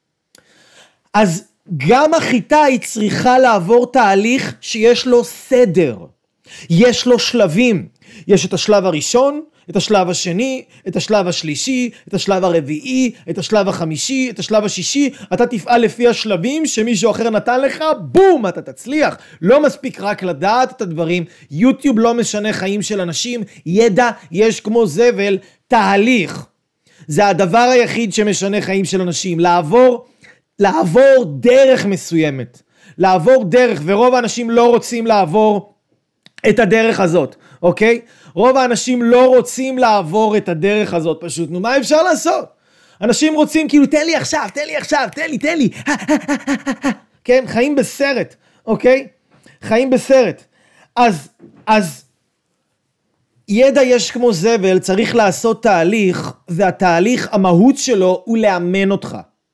אז גם החיטה היא צריכה לעבור תהליך שיש לו סדר. יש לו שלבים. יש את השלב הראשון, את השלב השני, את השלב השלישי, את השלב הרביעי, את השלב החמישי, את השלב השישי. אתה תפעל לפי השלבים שמישהו אחר נתן לך, בום, אתה תצליח. לא מספיק רק לדעת את הדברים. יוטיוב לא משנה חיים של אנשים, ידע יש כמו זבל, תהליך. זה הדבר היחיד שמשנה חיים של אנשים, לעבור, לעבור דרך מסוימת. לעבור דרך, ורוב האנשים לא רוצים לעבור את הדרך הזאת, אוקיי? רוב האנשים לא רוצים לעבור את הדרך הזאת פשוט. נו, מה אפשר לעשות? אנשים רוצים כאילו, תן לי עכשיו, תן לי עכשיו, תן לי, תן לי. כן, חיים בסרט, אוקיי? חיים בסרט. אז, אז, ידע יש כמו זבל, צריך לעשות תהליך, והתהליך, המהות שלו הוא לאמן אותך.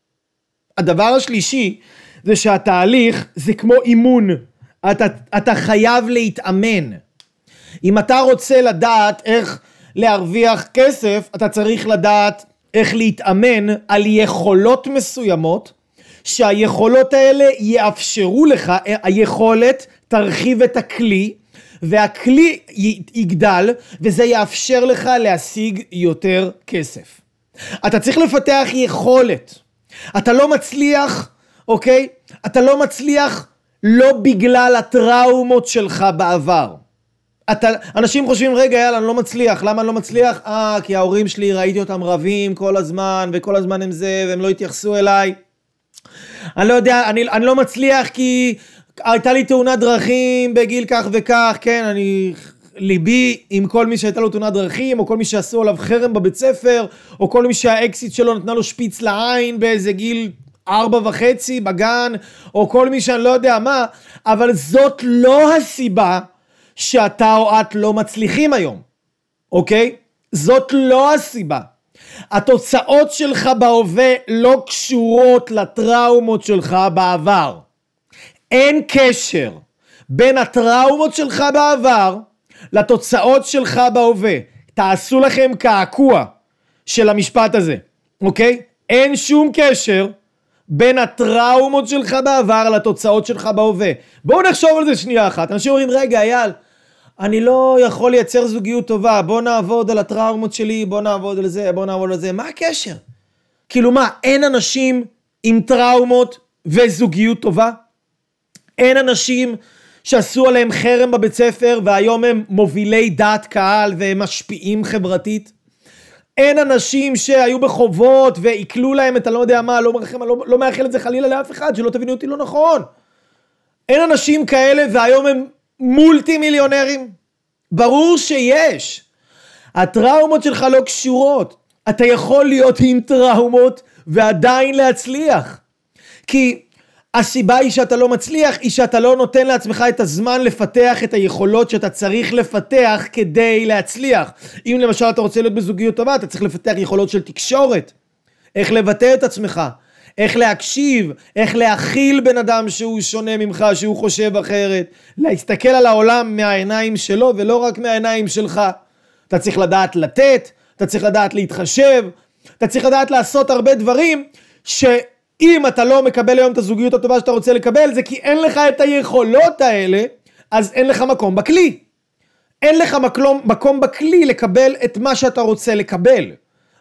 הדבר השלישי, זה שהתהליך זה כמו אימון. אתה, אתה חייב להתאמן. אם אתה רוצה לדעת איך להרוויח כסף, אתה צריך לדעת איך להתאמן על יכולות מסוימות, שהיכולות האלה יאפשרו לך, היכולת תרחיב את הכלי, והכלי יגדל, וזה יאפשר לך להשיג יותר כסף. אתה צריך לפתח יכולת. אתה לא מצליח, אוקיי? אתה לא מצליח לא בגלל הטראומות שלך בעבר. אתה, אנשים חושבים, רגע, יאללה, אני לא מצליח. למה אני לא מצליח? אה, כי ההורים שלי, ראיתי אותם רבים כל הזמן, וכל הזמן הם זה, והם לא התייחסו אליי. אני לא יודע, אני, אני לא מצליח כי הייתה לי תאונת דרכים בגיל כך וכך, כן, אני, ליבי עם כל מי שהייתה לו תאונת דרכים, או כל מי שעשו עליו חרם בבית ספר, או כל מי שהאקסיט שלו נתנה לו שפיץ לעין באיזה גיל ארבע וחצי בגן, או כל מי שאני לא יודע מה, אבל זאת לא הסיבה שאתה או את לא מצליחים היום, אוקיי? זאת לא הסיבה. התוצאות שלך בהווה לא קשורות לטראומות שלך בעבר. אין קשר בין הטראומות שלך בעבר לתוצאות שלך בהווה. תעשו לכם קעקוע של המשפט הזה, אוקיי? אין שום קשר בין הטראומות שלך בעבר לתוצאות שלך בהווה. בואו נחשוב על זה שנייה אחת. אנשים אומרים, רגע, אייל, אני לא יכול לייצר זוגיות טובה, בוא נעבוד על הטראומות שלי, בוא נעבוד על זה, בוא נעבוד על זה. מה הקשר? כאילו מה, אין אנשים עם טראומות וזוגיות טובה? אין אנשים שעשו עליהם חרם בבית ספר והיום הם מובילי דעת קהל והם משפיעים חברתית? אין אנשים שהיו בחובות ועיקלו להם את אני לא יודע מה, לא מרחם, לא, לא מאחל את זה חלילה לאף אחד, שלא תבינו אותי לא נכון. אין אנשים כאלה והיום הם מולטי מיליונרים? ברור שיש. הטראומות שלך לא קשורות. אתה יכול להיות עם טראומות ועדיין להצליח. כי הסיבה היא שאתה לא מצליח, היא שאתה לא נותן לעצמך את הזמן לפתח את היכולות שאתה צריך לפתח כדי להצליח. אם למשל אתה רוצה להיות בזוגיות טובה, אתה צריך לפתח יכולות של תקשורת. איך לבטא את עצמך, איך להקשיב, איך להכיל בן אדם שהוא שונה ממך, שהוא חושב אחרת. להסתכל על העולם מהעיניים שלו ולא רק מהעיניים שלך. אתה צריך לדעת לתת, אתה צריך לדעת להתחשב, אתה צריך לדעת לעשות הרבה דברים ש... אם אתה לא מקבל היום את הזוגיות הטובה שאתה רוצה לקבל, זה כי אין לך את היכולות האלה, אז אין לך מקום בכלי. אין לך מקום, מקום בכלי לקבל את מה שאתה רוצה לקבל.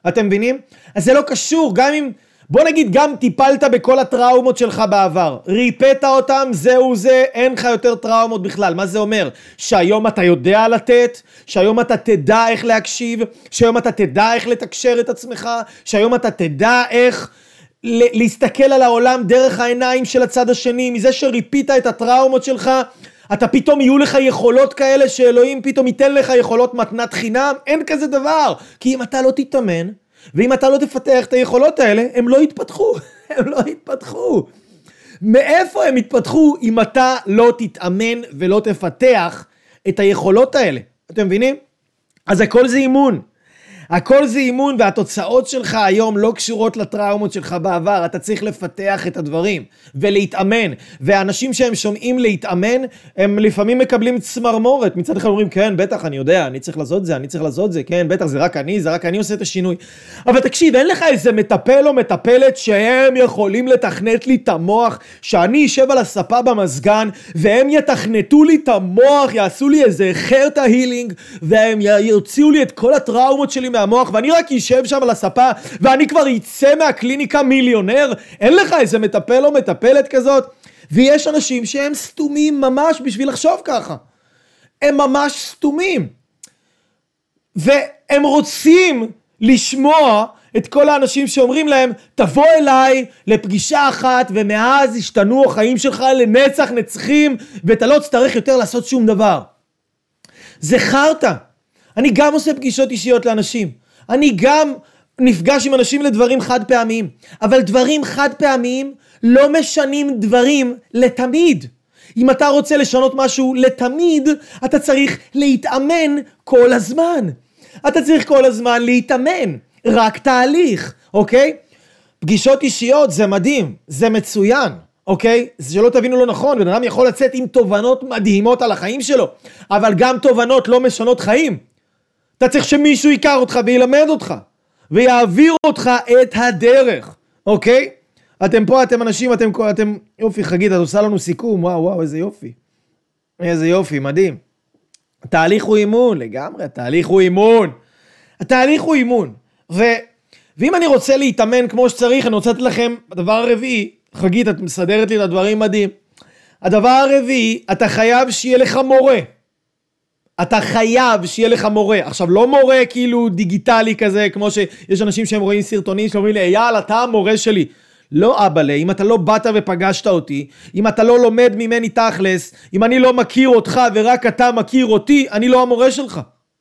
אתם מבינים? אז זה לא קשור, גם אם, בוא נגיד, גם טיפלת בכל הטראומות שלך בעבר, ריפאת אותם, זהו זה, אין לך יותר טראומות בכלל. מה זה אומר? שהיום אתה יודע לתת, שהיום אתה תדע איך להקשיב, שהיום אתה תדע איך לתקשר את עצמך, שהיום אתה תדע איך להסתכל על העולם דרך העיניים של הצד השני, מזה שריפאת את הטראומות שלך, אתה פתאום יהיו לך יכולות כאלה שאלוהים פתאום ייתן לך יכולות מתנת חינם. אין כזה דבר, כי אם אתה לא תתאמן, ואם אתה לא תפתח את היכולות האלה, הם לא יתפתחו, הם לא יתפתחו. מאיפה הם יתפתחו אם אתה לא תתאמן ולא תפתח את היכולות האלה? אתם מבינים? אז הכל זה אימון. הכל זה אימון, והתוצאות שלך היום לא קשורות לטראומות שלך בעבר. אתה צריך לפתח את הדברים ולהתאמן, והאנשים שהם שומעים להתאמן הם לפעמים מקבלים צמרמורת. מצד אחד אומרים כן בטח אני יודע, אני צריך לעשות זה, אני צריך לעשות זה, כן בטח זה רק אני, זה רק אני עושה את השינוי. אבל תקשיב, אין לך איזה מטפל או מטפלת שהם יכולים לתכנת לי את המוח, שאני אשב על הספה במזגן והם יתכנתו לי את המוח, יעשו לי איזה חרטה הילינג והם יוציאו לי את כל הטראומות שלי מהמוח, ואני רק יישב שם על הספה ואני כבר יצא מהקליניקה מיליונר. אין לך איזה מטפל או מטפלת כזאת. ויש אנשים שהם סתומים ממש בשביל לחשוב ככה, הם ממש סתומים, והם רוצים לשמוע את כל האנשים שאומרים להם תבוא אליי לפגישה אחת ומאז השתנו החיים שלך לנצח נצחים ואתה לא תצטרך יותר לעשות שום דבר. זה חרטה. אני גם עושה פגישות אישיות לאנשים, אני גם נפגש עם אנשים לדברים חד פעמיים, אבל דברים חד פעמיים לא משנים דברים לתמיד. אם אתה רוצה לשנות משהו לתמיד, אתה צריך להתאמן כל הזמן. אתה צריך כל הזמן להתאמן, רק תהליך, אוקיי? פגישות אישיות זה מדהים, זה מצוין, אוקיי? זה שלא תבינו לא נכון, בן אדם יכול לצאת עם תובנות מדהימות על החיים שלו, אבל גם תובנות לא משנות חיים. אתה צריך שמישהו ייקר אותך וילמד אותך, ויעביר אותך את הדרך, אוקיי? אתם פה, אתם אנשים, אתם, אתם, יופי, חגית, את עושה לנו סיכום, וואו, וואו, איזה יופי. איזה יופי, מדהים. התהליך הוא אימון, לגמרי, התהליך הוא אימון. התהליך הוא אימון. ו, ואם אני רוצה להתאמן כמו שצריך, אני רוצה לתת לכם, הדבר הרביעי, חגית, את מסדרת לי את הדברים מדהים. הדבר הרביעי, אתה חייב שיהיה לך מורה. אתה חייב שיהיה לך מורה. עכשיו, לא מורה כאילו דיגיטלי כזה, כמו שיש אנשים שהם רואים סרטונים שאומרים לי, אייל, אתה המורה שלי. לא אבא לי, אם אתה לא באת ופגשת אותי, אם אתה לא לומד ממני תכלס, אם אני לא מכיר אותך ורק אתה מכיר אותי, אני לא המורה שלך.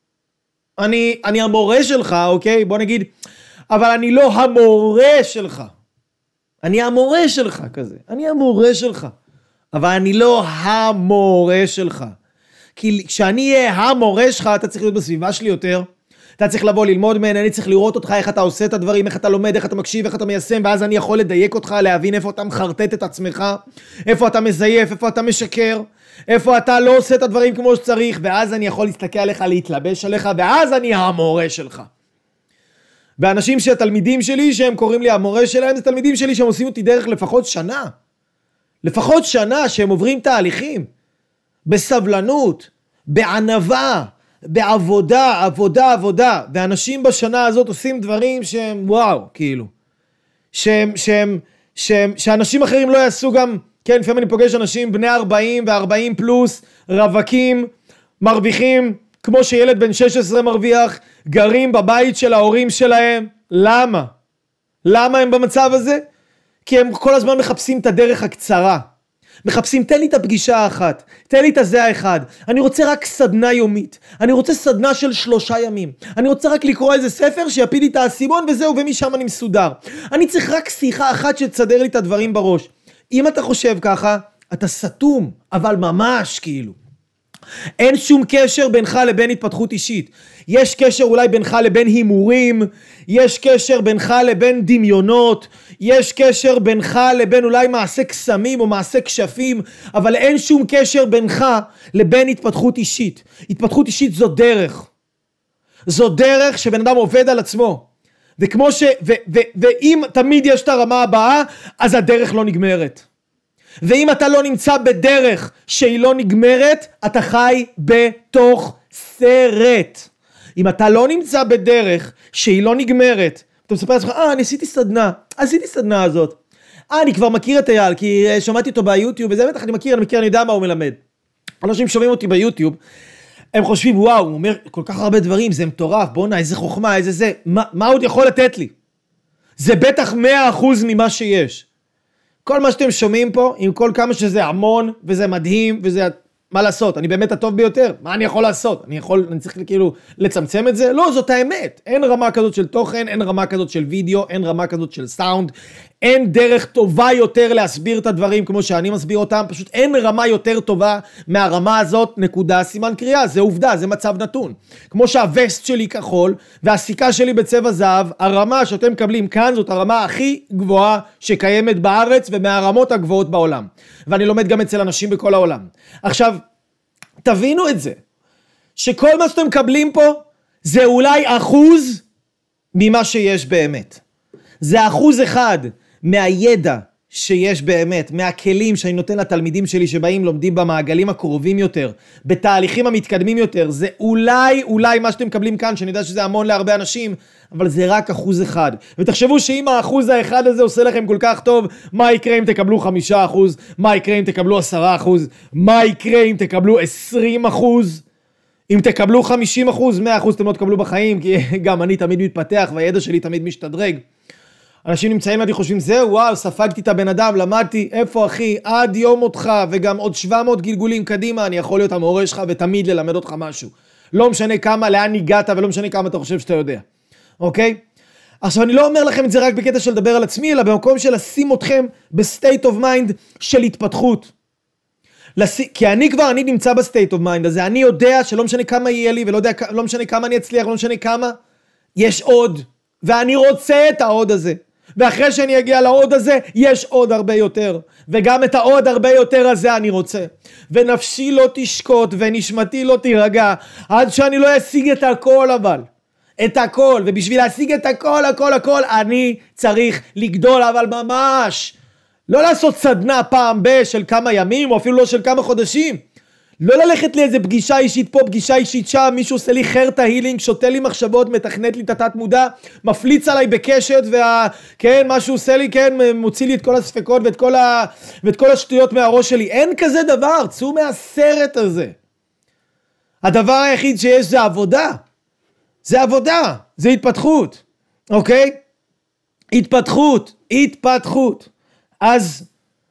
אני, אני המורה שלך, אוקיי? בוא נגיד, אבל אני לא המורה שלך. אני המורה שלך כזה. אני המורה שלך. אבל אני לא המורה שלך. כי כשאני אהיה המורה שלך, אתה צריך להיות בסביבה שלי יותר. אתה צריך לבוא ללמוד ממני, אני צריך לראות אותך, איך אתה עושה את הדברים, איך אתה לומד, איך אתה מקשיב, איך אתה מיישם, ואז אני יכול לדייק אותך, להבין איפה אתה מחרטט את עצמך, איפה אתה מזייף, איפה אתה משקר, איפה אתה לא עושה את הדברים כמו שצריך, ואז אני יכול להסתכל עליך, להתלבש עליך, ואז אני המורה שלך. ואנשים שהתלמידים שלי, שהם קוראים לי המורה שלהם, זה תלמידים שלי שהם עושים אותי דרך לפחות שנה. לפחות שנה שהם עוברים תהליכים. בסבלנות, בענווה, בעבודה, עבודה, עבודה. ואנשים בשנה הזאת עושים דברים שהם וואו, כאילו. שהם, שהם, שהם, שאנשים אחרים לא יעשו גם, כן, לפעמים אני פוגש אנשים בני ארבעים ו-ארבעים פלוס, רווקים, מרוויחים, כמו שילד בן שש עשרה מרוויח, גרים בבית של ההורים שלהם. למה? למה הם במצב הזה? כי הם כל הזמן מחפשים את הדרך הקצרה. מחפשים, תן לי את הפגישה האחת, תן לי את הזה האחד, אני רוצה רק סדנה יומית, אני רוצה סדנה של שלושה ימים, אני רוצה רק לקרוא איזה ספר שיפיל לי את האסימון וזהו, ומשם אני מסודר. אני צריך רק שיחה אחת שתסדר לי את הדברים בראש. אם אתה חושב ככה, אתה סתום, אבל ממש כאילו. אין שום קשר בינך לבין התפתחות אישית. יש קשר אולי בינך לבין הימורים, יש קשר בינך לבין דמיונות, יש קשר בינך לבין אולי מעשה קסמים או מעשה כשפים, אבל אין שום קשר בינך לבין התפתחות אישית. התפתחות אישית זו דרך. זו דרך שבן אדם עובד על עצמו. וכמו ש... ו, ו, ואם תמיד יש את הרמה הבאה, אז הדרך לא נגמרת. ואם אתה לא נמצא בדרך שהיא לא נגמרת, אתה חי בתוך סרט. אם אתה לא נמצא בדרך שהיא לא נגמרת, אתה מספר לעצמך, אה, אני עשיתי סדנה, עשיתי סדנה הזאת. אה, אני כבר מכיר את אייל, כי שמעתי אותו ביוטיוב, וזה בטח אני מכיר, אני מכיר, אני יודע מה הוא מלמד. אנשים שומעים אותי ביוטיוב, הם חושבים, וואו, הוא אומר כל כך הרבה דברים, זה מטורף, בוא'נה, איזה חוכמה, איזה זה, מה, מה עוד יכול לתת לי? זה בטח מאה אחוז ממה שיש. כל מה שאתם שומעים פה, עם כל כמה שזה המון, וזה מדהים, וזה, מה לעשות? אני באמת הטוב ביותר, מה אני יכול לעשות? אני יכול, אני צריך כאילו לצמצם את זה? לא, זאת האמת. אין רמה כזאת של תוכן, אין רמה כזאת של וידאו, אין רמה כזאת של סאונד, אין דרך טובה יותר להסביר את הדברים כמו שאני מסביר אותם, פשוט אין רמה יותר טובה מהרמה הזאת, נקודה, סימן קריאה, זה עובדה, זה מצב נתון. כמו שהווסט שלי כחול, והסיכה שלי בצבע זהב, הרמה שאתם מקבלים כאן זאת הרמה הכי גבוהה שקיימת בארץ, ומהרמות הגבוהות בעולם. ואני לומד גם אצל אנשים בכל העולם. עכשיו, תבינו את זה, שכל מה שאתם מקבלים פה, זה אולי אחוז ממה שיש באמת. זה אחוז אחד מהידע שיש באמת, מהכלים שאני נותן לתלמידים שלי שבאים לומדים במעגלים הקרובים יותר, בתהליכים המתקדמים יותר, זה אולי, אולי מה שאתם מקבלים כאן, שאני יודע שזה המון להרבה אנשים, אבל זה רק אחוז אחד. ותחשבו שאם האחוז האחד הזה עושה לכם כל כך טוב, מה יקרה אם תקבלו חמישה אחוז, מה יקרה אם תקבלו עשרה אחוז, מה יקרה אם תקבלו עשרים אחוז, אם תקבלו חמישים אחוז, מאה אחוז אתם לא תקבלו בחיים, כי גם אני תמיד מתפתח והידע שלי תמיד משתדרג. אנשים נמצאים לידי חושבים, זהו, וואו, ספגתי את הבן אדם, למדתי, איפה אחי, עד יום אותך, וגם עוד שבע מאות גלגולים קדימה, אני יכול להיות המורה שלך ותמיד ללמד אותך משהו. לא משנה כמה, לאן הגעת, ולא משנה כמה אתה חושב שאתה יודע. אוקיי? עכשיו, אני לא אומר לכם את זה רק בקטע של לדבר על עצמי, אלא במקום של לשים אתכם בסטייט אוף מיינד של התפתחות. לס... כי אני כבר, אני נמצא בסטייט אוף מיינד הזה, אני יודע שלא משנה כמה יהיה לי, ולא יודע, לא משנה כמה אני אצליח, לא משנה כמה, יש עוד, ואני רוצה את העוד הזה. ואחרי שאני אגיע לעוד הזה, יש עוד הרבה יותר. וגם את העוד הרבה יותר הזה אני רוצה. ונפשי לא תשקוט, ונשמתי לא תירגע, עד שאני לא אשיג את הכל אבל. את הכל. ובשביל להשיג את הכל, הכל, הכל, אני צריך לגדול, אבל ממש. לא לעשות סדנה פעם ב- של כמה ימים, או אפילו לא של כמה חודשים. לא ללכת לאיזה פגישה אישית פה, פגישה אישית שם, מישהו עושה לי חרטה הילינג, שותה לי מחשבות, מתכנת לי את התת מודע, מפליץ עליי בקשת, וה... כן, מה שהוא עושה לי, כן, מוציא לי את כל הספקות ואת כל, ה... ואת כל השטויות מהראש שלי. אין כזה דבר, צאו מהסרט הזה. הדבר היחיד שיש זה עבודה. זה עבודה, זה התפתחות, אוקיי? התפתחות, התפתחות. אז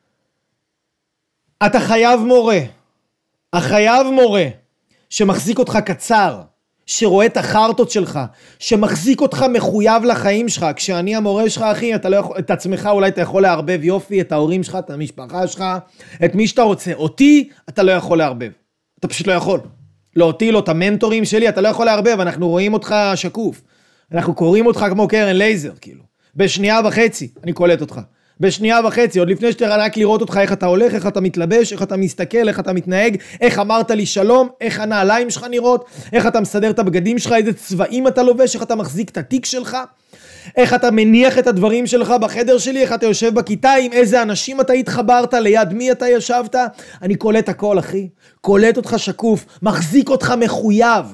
אתה חייב מורה. החייב מורה שמחזיק אותך קצר, שרואה את החרטות שלך, שמחזיק אותך מחויב לחיים שלך. כשאני המורה שלך, אחי, אתה לא יכול, את עצמך אולי אתה יכול להרבב יופי, את ההורים שלך, את המשפחה שלך, את מי שאתה רוצה. אותי אתה לא יכול להרבב. אתה פשוט לא יכול. לא אותי, לא את המנטורים שלי, אתה לא יכול להרבב, אנחנו רואים אותך שקוף. אנחנו קוראים אותך כמו קרן לייזר, כאילו. בשנייה וחצי אני קולט אותך. בשנייה וחצי, עוד לפני שאתה רק לראות אותך איך אתה הולך, איך אתה מתלבש, איך אתה מסתכל, איך אתה מתנהג, איך אמרת לי שלום, איך הנעליים שלך נראות, איך אתה מסדר את הבגדים שלך, איזה צבעים אתה לובש, איך אתה מחזיק את התיק שלך, איך אתה מניח את הדברים שלך בחדר שלי, איך אתה יושב בכיתה, עם איזה אנשים אתה התחברת, ליד מי אתה ישבת. אני קולט הכל, אחי. קולט אותך שקוף, מחזיק אותך מחויב.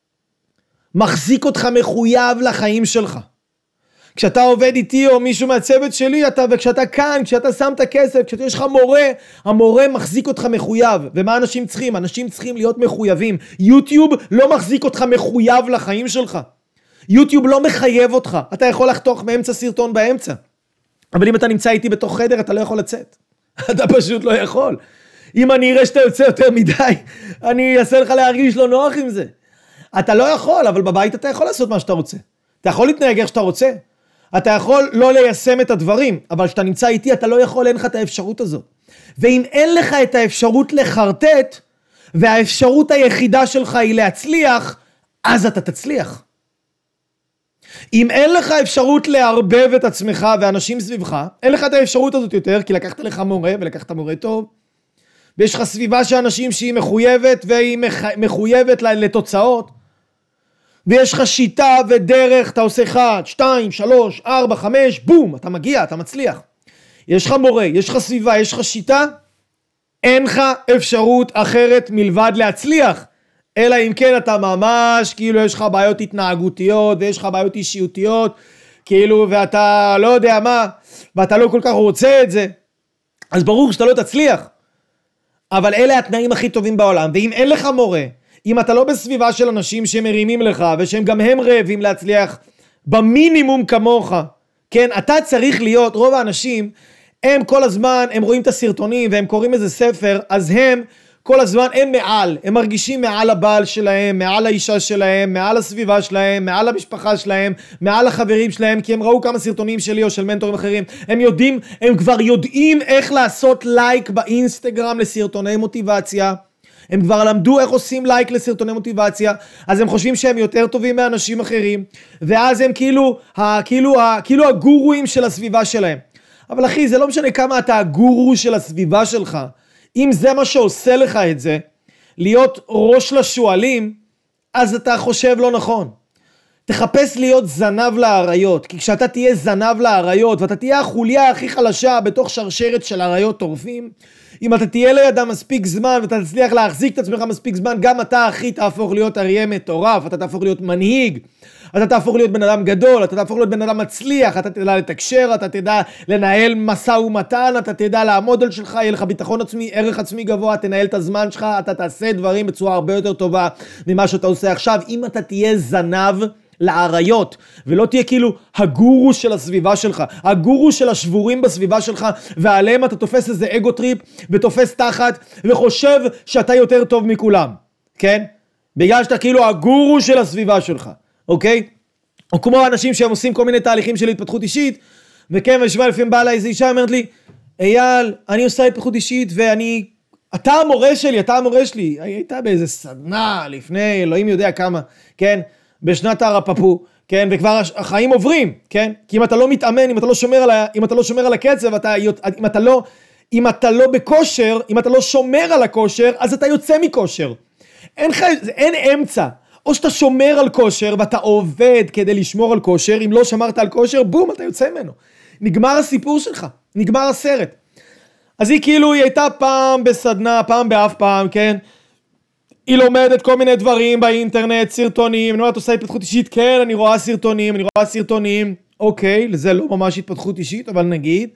מחזיק אותך מחויב לחיים שלך. כשאתה עובד איתי או מישהו מהצוות שלי, אתה, וכשאתה כאן, כשאתה שם את הכסף, כשאתה יש לך מורה, המורה מחזיק אותך מחויב. ומה אנשים צריכים? אנשים צריכים להיות מחויבים. יוטיוב לא מחזיק אותך מחויב לחיים שלך. יוטיוב לא מחייב אותך. אתה יכול לחתוך מאמצע סרטון באמצע. אבל אם אתה נמצא איתי בתוך חדר, אתה לא יכול לצאת. אתה פשוט לא יכול. אם אני אראה שאתה יוצא יותר מדי, אני אעשה לך להרגיש לא נוח עם זה. אתה לא יכול, אבל בבית אתה יכול לעשות מה שאתה רוצה. אתה יכול להתנהג איך שאתה רוצה. אתה יכול לא ליישם את הדברים, אבל כשאתה נמצא איתי, אתה לא יכול, אין לך את האפשרות הזאת. ואם אין לך את האפשרות לחרטט, והאפשרות היחידה שלך היא להצליח, אז אתה תצליח. אם אין לך אפשרות להרבב את עצמך ואנשים סביבך, אין לך את האפשרות הזאת יותר, כי לקחת לך מורה ולקחת מורה טוב, ויש לך סביבה שאנשים שהיא מחויבת, והיא מחויבת לתוצאות, ויש לך שיטה ודרך, אתה עושה אחד, שתיים, שלוש, ארבע, חמש, בום, אתה מגיע, אתה מצליח. יש לך מורה, יש לך סביבה, יש לך שיטה, אין לך אפשרות אחרת מלבד להצליח. אלא אם כן אתה ממש, כאילו יש לך בעיות התנהגותיות, ויש לך בעיות אישיותיות, כאילו, ואתה לא יודע מה, ואתה לא כל כך רוצה את זה, אז ברור שאתה לא תצליח. אבל אלה התנאים הכי טובים בעולם, ואם אין לך מורה, אם אתה לא בסביבה של אנשים שמרימים לך, ושהם גם הם רעבים להצליח, במינימום כמוך, כן, אתה צריך להיות, רוב האנשים, הם כל הזמן, הם רואים את הסרטונים, והם קוראים איזה ספר, אז הם, כל הזמן, הם מעל, הם מרגישים מעל הבעל שלהם, מעל האישה שלהם, מעל הסביבה שלהם, מעל המשפחה שלהם, מעל החברים שלהם, כי הם ראו כמה סרטונים שלי או של מנטורים אחרים, הם יודעים, הם כבר יודעים איך לעשות לייק באינסטגרם לסרטוני מוטיבציה, הם כבר למדו איך עושים לייק לסרטוני מוטיבציה, אז הם חושבים שהם יותר טובים מאנשים אחרים, ואז הם כאילו, ה, כאילו, ה, כאילו הגורואים של הסביבה שלהם. אבל אחי, זה לא משנה כמה אתה הגורו של הסביבה שלך, אם זה מה שעושה לך את זה, להיות ראש לשואלים, אז אתה חושב לא נכון. תחפש להיות זנב לאריות, כי כשאתה תהיה זנב לאריות, ואתה תהיה החוליה הכי חלשה בתוך שרשרת של אריות טורפים, אם אתה תהיה לידם מספיק זמן, ואתה תצליח להחזיק את עצמך מספיק זמן, גם אתה אחי תהפוך להיות אריה מטורף, אתה תהפוך להיות מנהיג, אתה תהפוך להיות בן אדם גדול, אתה תהפוך להיות בן אדם מצליח, אתה תדע לתקשר, אתה תדע לנהל מסע ומתן, אתה תדע לעמוד על שלך, יהיה לך ביטחון עצמי, ערך עצמי גבוה, תנהל את הזמן שלך, אתה תעשה דברים בצורה הרבה יותר טובה ממה שאתה עושה עכשיו. אם אתה תהיה זנב לאריות, ולא תהיה כאילו הגורו של הסביבה שלך, הגורו של השבורים בסביבה שלך, ועליהם אתה תופס איזה אגו טריפ, ותופס תחת, וחושב שאתה יותר טוב מכולם, כן? בגלל שאתה כאילו הגורו של הסביבה שלך, אוקיי? או כמו אנשים שהם עושים כל מיני תהליכים של התפתחות אישית, וכן, ושבע לפעמים באה לה איזו אישה, אומרת לי, אייל, אני עושה התפתחות אישית, ואני, אתה המורה שלי, אתה המורה שלי, היא הייתה באיזה סדנה, לפני, אלוהים יודע כמה, כן? בשנת הרפפו, כן? וכבר החיים עוברים, כן? כי אם אתה לא מתאמן, אם אתה לא שומר על, ה, אם אתה לא שומר על הקצב, אתה, אם אתה לא, אם אתה לא בכושר, אם אתה לא שומר על הכושר, אז אתה יוצא מכושר. אין, אין אמצע. או שאתה שומר על כושר, ואתה עובד כדי לשמור על כושר, אם לא שמרת על כושר, בום, אתה יוצא ממנו. נגמר הסיפור שלך, נגמר הסרט. אז היא כאילו, היא הייתה פעם בסדנה, פעם באף פעם, כן? היא לומדת כל מיני דברים באינטרנט, סרטונים, אני אומרת, עושה התפתחות אישית, כן, אני רואה סרטונים, אני רואה סרטונים, אוקיי, זה לא ממש התפתחות אישית, אבל נגיד,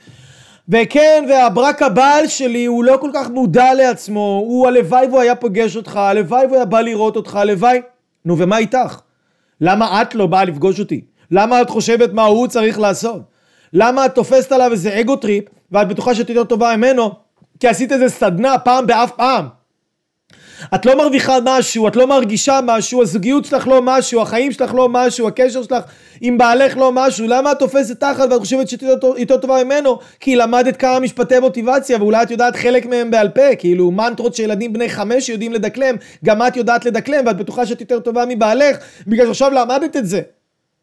וכן, והברק הבעל שלי, הוא לא כל כך מודע לעצמו, הוא הלוואי והוא היה פוגש אותך, הלוואי והוא היה בא לראות אותך, הלוואי, נו ומה איתך? למה את לא באה לפגוש אותי? למה את חושבת מה הוא צריך לעשות? למה את תופסת עליו איזה אגו טריפ, ואת בטוחה שאת יותר טובה ממנו, כי עשית איזה סדנה פעם באף פעם? את לא מרוויחה משהו, את לא מרגישה משהו, הזוגיות שלך לא משהו, החיים שלך לא משהו, הקשר שלך עם בעלך לא משהו, למה את תופסת תחת ואת חושבת שאת יותר טובה ממנו? כי למדת כמה משפטי מוטיבציה, ואולי את יודעת חלק מהם בעל פה, כאילו מנטרות שילדים בני חמש יודעים לדקלם, גם את יודעת לדקלם, ואת בטוחה שאת יותר טובה מבעלך, בגלל שעכשיו למדת את זה.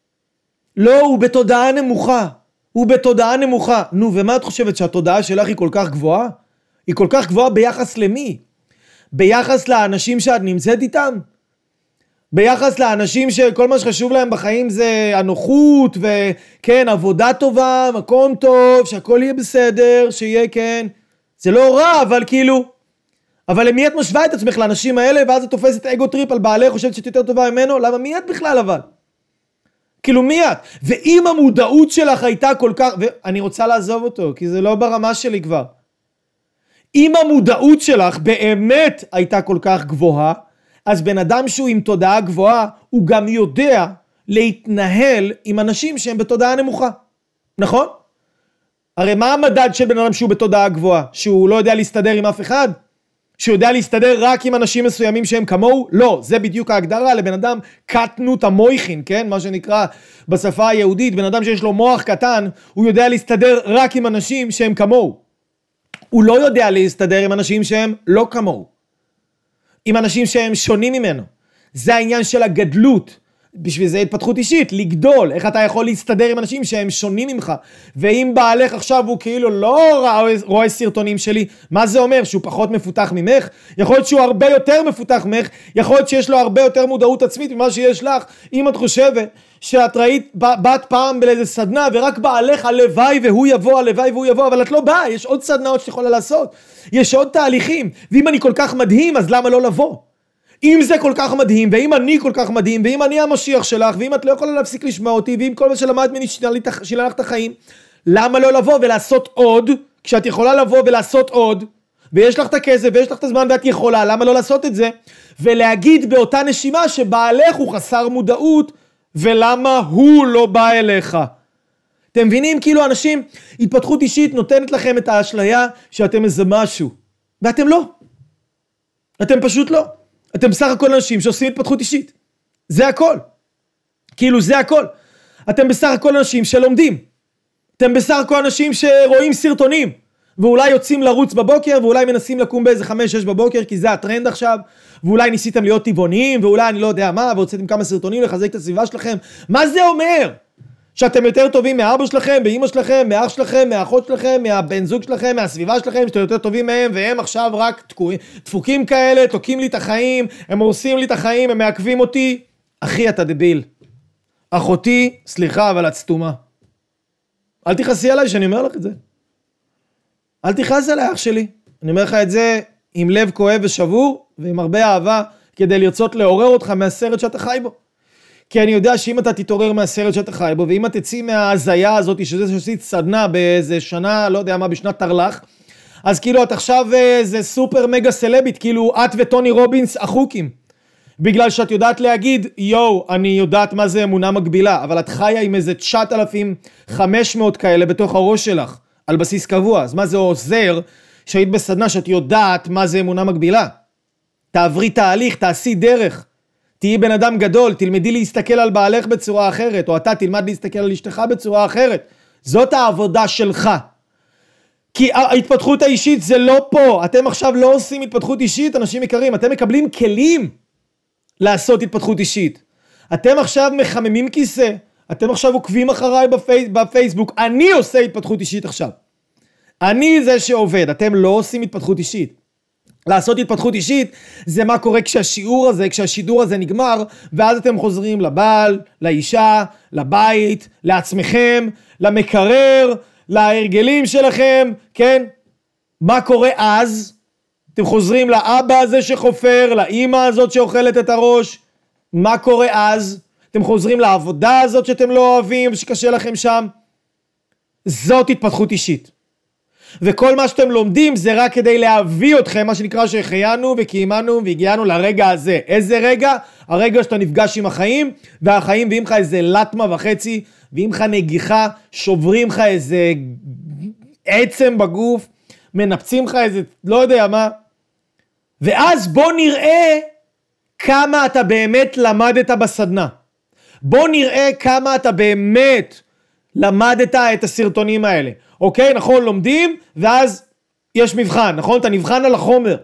לא, הוא בתודעה נמוכה, הוא בתודעה נמוכה. נו, ומה את חושבת, שהתודעה שלך היא כל כך גבוהה? היא כל כך גבוהה ביחס למי? ביחס לאנשים שאת נמצאת איתם? ביחס לאנשים שכל מה שחשוב להם בחיים זה הנוחות, וכן, עבודה טובה, מקום טוב, שהכל יהיה בסדר, שיהיה, כן, זה לא רע, אבל כאילו, אבל למי את משווה את עצמך לאנשים האלה, ואז את תופסת אגו טריפ על בעלך, חושבת שאת יותר טובה ממנו? למה מי את בכלל אבל? כאילו מי את? ואם המודעות שלך הייתה כל כך, ואני רוצה לעזוב אותו, כי זה לא ברמה שלי כבר, אם המודעות שלך באמת הייתה כל כך גבוהה, אז בן אדם שהוא עם תודעה גבוהה, הוא גם יודע להתנהל עם אנשים שהם בתודעה נמוכה. נכון? הרי מה המדד של בן אדם שהוא בתודעה גבוהה? שהוא לא יודע להסתדר עם אף אחד? שהוא יודע להסתדר רק עם אנשים מסוימים שהם כמוהו? לא, זה בדיוק ההגדרה לבן אדם קטנות המויכין, כן? מה שנקרא בשפה היהודית, בן אדם שיש לו מוח קטן, הוא יודע להסתדר רק עם אנשים שהם כמוהו. הוא לא יודע להסתדר עם אנשים שהם לא כמוהו, עם אנשים שהם שונים ממנו. זה העניין של הגדלות, בשביל זה התפתחות אישית, לגדול, איך אתה יכול להסתדר עם אנשים שהם שונים ממך, ואם בעלך עכשיו הוא כאילו לא רואה, רואה סרטונים שלי, מה זה אומר? שהוא פחות מפותח ממך? יכול להיות שהוא הרבה יותר מפותח ממך, יכול להיות שיש לו הרבה יותר מודעות עצמית ממה שיש לך. אם את חושבת שאת ראית בת פעם באיזה סדנה, ורק בעלך הלוואי והוא יבוא, הלוואי והוא יבוא, אבל את לא באה, יש עוד סדנאות שאת יכולה לעשות, יש עוד תהליכים, ואם אני כל כך מדהים, אז למה לא לבוא? אם זה כל כך מדהים, ואם אני כל כך מדהים, ואם אני המשיח שלך, ואם את לא יכולה להפסיק לשמוע אותי, ואם כל מה שלמד ממני שינה לך את החיים, למה לא לבוא ולעשות עוד, כשאת יכולה לבוא ולעשות עוד, ויש לך את הכסף, ויש לך את הזמן ואת יכולה, למה לא לעשות את זה? ולהגיד באותה נשימה שבעלך הוא חסר מודעות, ולמה הוא לא בא אליך. אתם מבינים? כאילו אנשים, התפתחות אישית נותנת לכם את האשליה שאתם איזה משהו, ואתם לא. אתם פשוט לא. אתם בסך הכל אנשים שעושים התפתחות אישית. זה הכל. כאילו זה הכל. אתם בסך הכל אנשים שלומדים. אתם בסך הכל אנשים שרואים סרטונים, ואולי יוצאים לרוץ בבוקר, ואולי מנסים לקום באיזה חמש שש בבוקר, כי זה הטרנד עכשיו, ואולי ניסיתם להיות טבעוניים, ואולי אני לא יודע מה, והוצאתם כמה סרטונים לחזק את הסביבה שלכם. מה זה אומר? שאתם יותר טובים מאבא שלכם, מאמא שלכם, מאח שלכם, מאחות שלכם, מהבן זוג שלכם, מהסביבה שלכם, שאתם יותר טובים מהם, והם עכשיו רק תקועים, דפוקים כאלה, תוקעים לי את החיים, הם הורסים לי את החיים, הם מעכבים אותי. אחי, אתה דביל. אחותי, סליחה, אבל את סתומה. אל תכעסי עליי שאני אומר לך את זה. אל תכעס עליי, אח שלי. אני אומר לך את זה עם לב כואב ושבור, ועם הרבה אהבה, כדי לרצות לעורר אותך מהסרט שאתה חי בו. כי אני יודע שאם אתה תתעורר מהסרט שאתה חי בו, ואם אתה תציא מההזיה הזאת, שזה שעשית סדנה באיזה שנה, לא יודע מה, בשנת תרל"ח, אז כאילו את עכשיו איזה סופר מגה סלבית, כאילו את וטוני רובינס החוקים. בגלל שאת יודעת להגיד, יו, אני יודעת מה זה אמונה מגבילה, אבל את חיה עם איזה תשעת אלפים וחמש מאות כאלה בתוך הראש שלך, על בסיס קבוע. אז מה זה עוזר שהיית בסדנה שאת יודעת מה זה אמונה מגבילה? תעברי תהליך, תעשי דרך. תהיי בן אדם גדול, תלמדי להסתכל על בעלך בצורה אחרת, או אתה תלמד להסתכל על אשתך בצורה אחרת. זאת העבודה שלך. כי ההתפתחות האישית זה לא פה. אתם עכשיו לא עושים התפתחות אישית, אנשים יקרים. אתם מקבלים כלים לעשות התפתחות אישית. אתם עכשיו מחממים כיסא. אתם עכשיו עוקבים אחריי בפייס, בפייסבוק. אני עושה התפתחות אישית עכשיו. אני זה שעובד. אתם לא עושים התפתחות אישית. לעשות התפתחות אישית זה מה קורה כשהשיעור הזה, כשהשידור הזה נגמר, ואז אתם חוזרים לבעל, לאישה, לבית, לעצמכם, למקרר, להרגלים שלכם, כן? מה קורה אז? אתם חוזרים לאבא הזה שחופר, לאמא הזאת שאוכלת את הראש. מה קורה אז? אתם חוזרים לעבודה הזאת שאתם לא אוהבים ושקשה לכם שם. זאת התפתחות אישית. וכל מה שאתם לומדים זה רק כדי להביא אתכם, מה שנקרא שהחיינו וקיימנו והגיענו לרגע הזה. איזה רגע? הרגע שאתה נפגש עם החיים, והחיים ואימך איזה לטמה וחצי, ואימך נגיחה, שוברים לך איזה עצם בגוף, מנפצים לך איזה לא יודע מה, ואז בוא נראה כמה אתה באמת למדת בסדנה. בוא נראה כמה אתה באמת למדת את הסרטונים האלה. אוקיי, נכון, לומדים, ואז יש מבחן, נכון? אתה נבחן על החומר.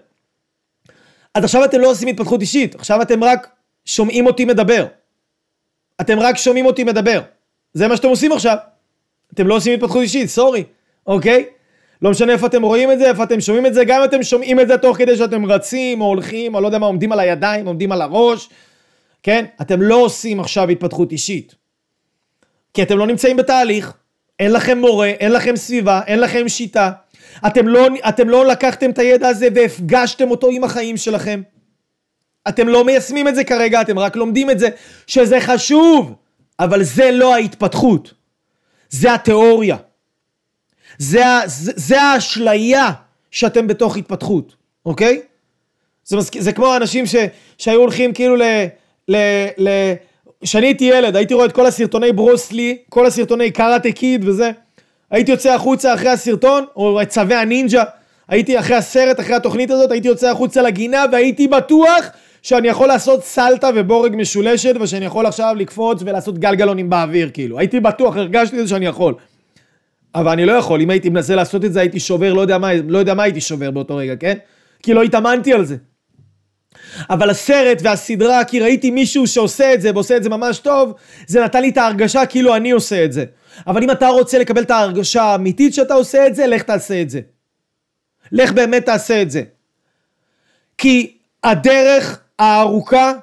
אז עכשיו אתם לא עושים התפתחות אישית, עכשיו אתם רק שומעים אותי מדבר. אתם רק שומעים אותי מדבר. זה מה שאתם עושים עכשיו. אתם לא עושים התפתחות אישית, סורי, אוקיי? לא משנה איפה אתם רואים את זה, איפה אתם שומעים את זה, גם אם אתם שומעים את זה תוך כדי שאתם רצים, או הולכים, או לא יודע מה, עומדים על הידיים, עומדים על הראש, כן? אתם לא עושים עכשיו התפתחות אישית. כי אתם לא נמצאים בתהליך, אין לכם מורה, אין לכם סביבה, אין לכם שיטה. אתם לא, אתם לא לקחתם את הידע הזה והפגשתם אותו עם החיים שלכם. אתם לא מיישמים את זה כרגע, אתם רק לומדים את זה, שזה חשוב, אבל זה לא ההתפתחות. זה התיאוריה. זה, זה, זה האשליה שאתם בתוך התפתחות, אוקיי? זה, זה כמו האנשים ש, שהיו הולכים כאילו ל... ל, ל כשאני הייתי ילד, הייתי רואה את כל הסרטוני ברוסלי, כל הסרטוני קראטה קיד וזה. הייתי יוצא החוצה אחרי הסרטון, או את צווי הנינג'ה. הייתי אחרי הסרט, אחרי התוכנית הזאת, הייתי יוצא החוצה לגינה, והייתי בטוח שאני יכול לעשות סלטה ובורג משולשת, ושאני יכול עכשיו לקפוץ ולעשות גלגלונים באוויר, כאילו. הייתי בטוח, הרגשתי את זה שאני יכול. אבל אני לא יכול, אם הייתי מנסה לעשות את זה, הייתי שובר, לא יודע מה, לא יודע מה הייתי שובר באותו רגע, כן? כי לא התאמנתי על זה. אבל הסרט והסדרה, כי ראיתי מישהו שעושה את זה, ועושה את זה ממש טוב, זה נתן לי את ההרגשה כאילו אני עושה את זה. אבל אם אתה רוצה לקבל את ההרגשה האמיתית שאתה עושה את זה, לך תעשה את זה. לך באמת תעשה את זה. כי הדרך הארוכה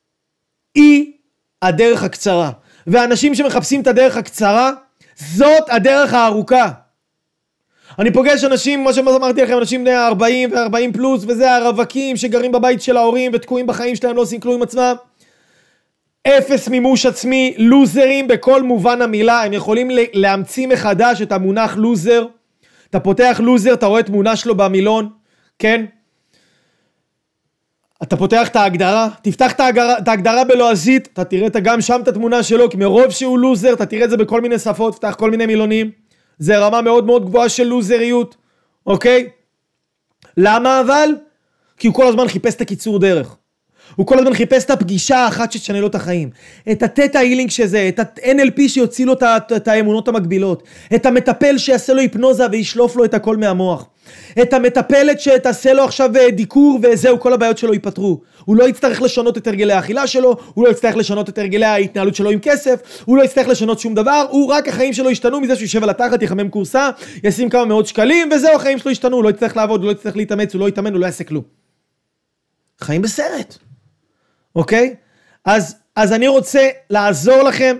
היא הדרך הקצרה. ואנשים שמחפשים את הדרך הקצרה, זאת הדרך הארוכה. אני פוגש אנשים, מה שאמרתי לכם, אנשים בני ארבעים ו-ארבעים פלוס, וזה הרווקים שגרים בבית של ההורים ותקועים בחיים שלהם, לא עושים כלום עם עצמם. אפס מימוש עצמי, לוזרים בכל מובן המילה. הם יכולים להמציא מחדש את המונח לוזר. אתה פותח לוזר, אתה רואה תמונה שלו במילון, כן? אתה פותח את ההגדרה, תפתח את ההגדרה, את ההגדרה בלועזית, אתה תראה גם שם את התמונה שלו, כי מרוב שהוא לוזר, אתה תראה את זה בכל מיני שפות, תפתח כל מיני מילונים. זה רמה מאוד מאוד גבוהה של לוזריות, אוקיי? למה אבל? כי הוא כל הזמן חיפש את הקיצור דרך. הוא כל הזמן חיפש את הפגישה האחת שתשנה לו את החיים. את התטא הילינג שזה, את ה-אן אל פי שיוציא לו את האמונות המקבילות. את המטפל שיעשה לו היפנוזה וישלוף לו את הכל מהמוח. את המטפלת שתעשה לו עכשיו דיקור וזהו, כל הבעיות שלו ייפתרו. הוא לא יצטרך לשנות את הרגלי האכילה שלו, הוא לא יצטרך לשנות את הרגלי ההתנהלות שלו עם כסף, הוא לא יצטרך לשנות שום דבר, הוא רק החיים שלו ישתנו מזה שהוא יושב על התחת, יחמם קורסה, ישים כמה מאות שקלים וזהו, החיים שלו ישתנו, הוא לא יצטרך לעבוד, הוא לא יצטרך להתאמץ, הוא לא יתאמן, הוא לא יעשה כלום. חיים בסרט. אוקיי? אז, אז אני רוצה לעזור לכם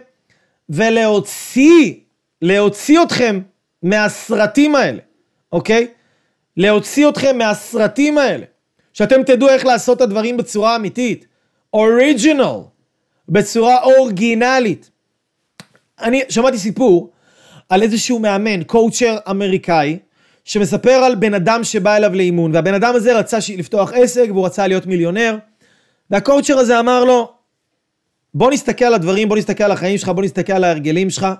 ולהוציא, להוציא אתכם מהסרטים האלה, אוקיי? להוציא אתכם מהסרטים האלה, שאתם תדעו איך לעשות את הדברים בצורה אמיתית, אוריג'ינל, בצורה אורגינלית. אני שמעתי סיפור על איזשהו מאמן, קואוצ'ר אמריקאי, שמספר על בן אדם שבא אליו לאימון, והבן אדם הזה רצה לפתוח עסק, והוא רצה להיות מיליונר, והקואוצ'ר הזה אמר לו, בוא נסתכל על הדברים, בוא נסתכל על החיים שלך, בוא נסתכל על ההרגלים שלך,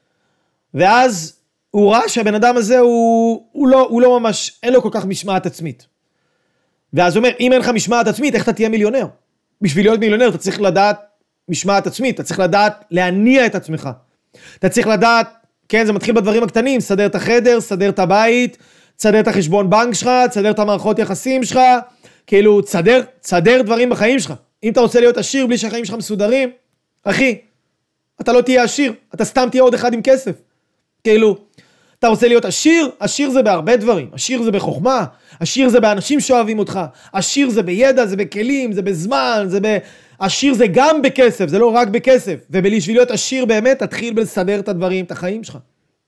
ואז הוא ראה שהבן אדם הזה הוא, הוא, לא, הוא לא ממש, אין לו כל כך משמעת עצמית. ואז הוא אומר, אם אין לך משמעת עצמית, איך אתה תהיה מיליונר? בשביל להיות מיליונר אתה צריך לדעת משמעת עצמית, אתה צריך לדעת להניע את עצמך. אתה צריך לדעת, כן, זה מתחיל בדברים הקטנים, סדר את החדר, סדר את הבית, סדר את החשבון בנק שלך, סדר את המערכות יחסים שלך, כאילו, תסדר, תסדר דברים בחיים שלך. אם אתה רוצה להיות עשיר בלי שהחיים שלך מסודרים, אחי, אתה לא תהיה עשיר, אתה סתם תהיה עוד אחד עם כסף. כאילו, אתה רוצה להיות עשיר? עשיר זה בהרבה דברים. עשיר זה בחוכמה, עשיר זה באנשים שאוהבים אותך, עשיר זה בידע, זה בכלים, זה בזמן, זה ב... עשיר זה גם בכסף, זה לא רק בכסף. ובשביל להיות עשיר באמת, תתחיל בלסדר את הדברים, את החיים שלך.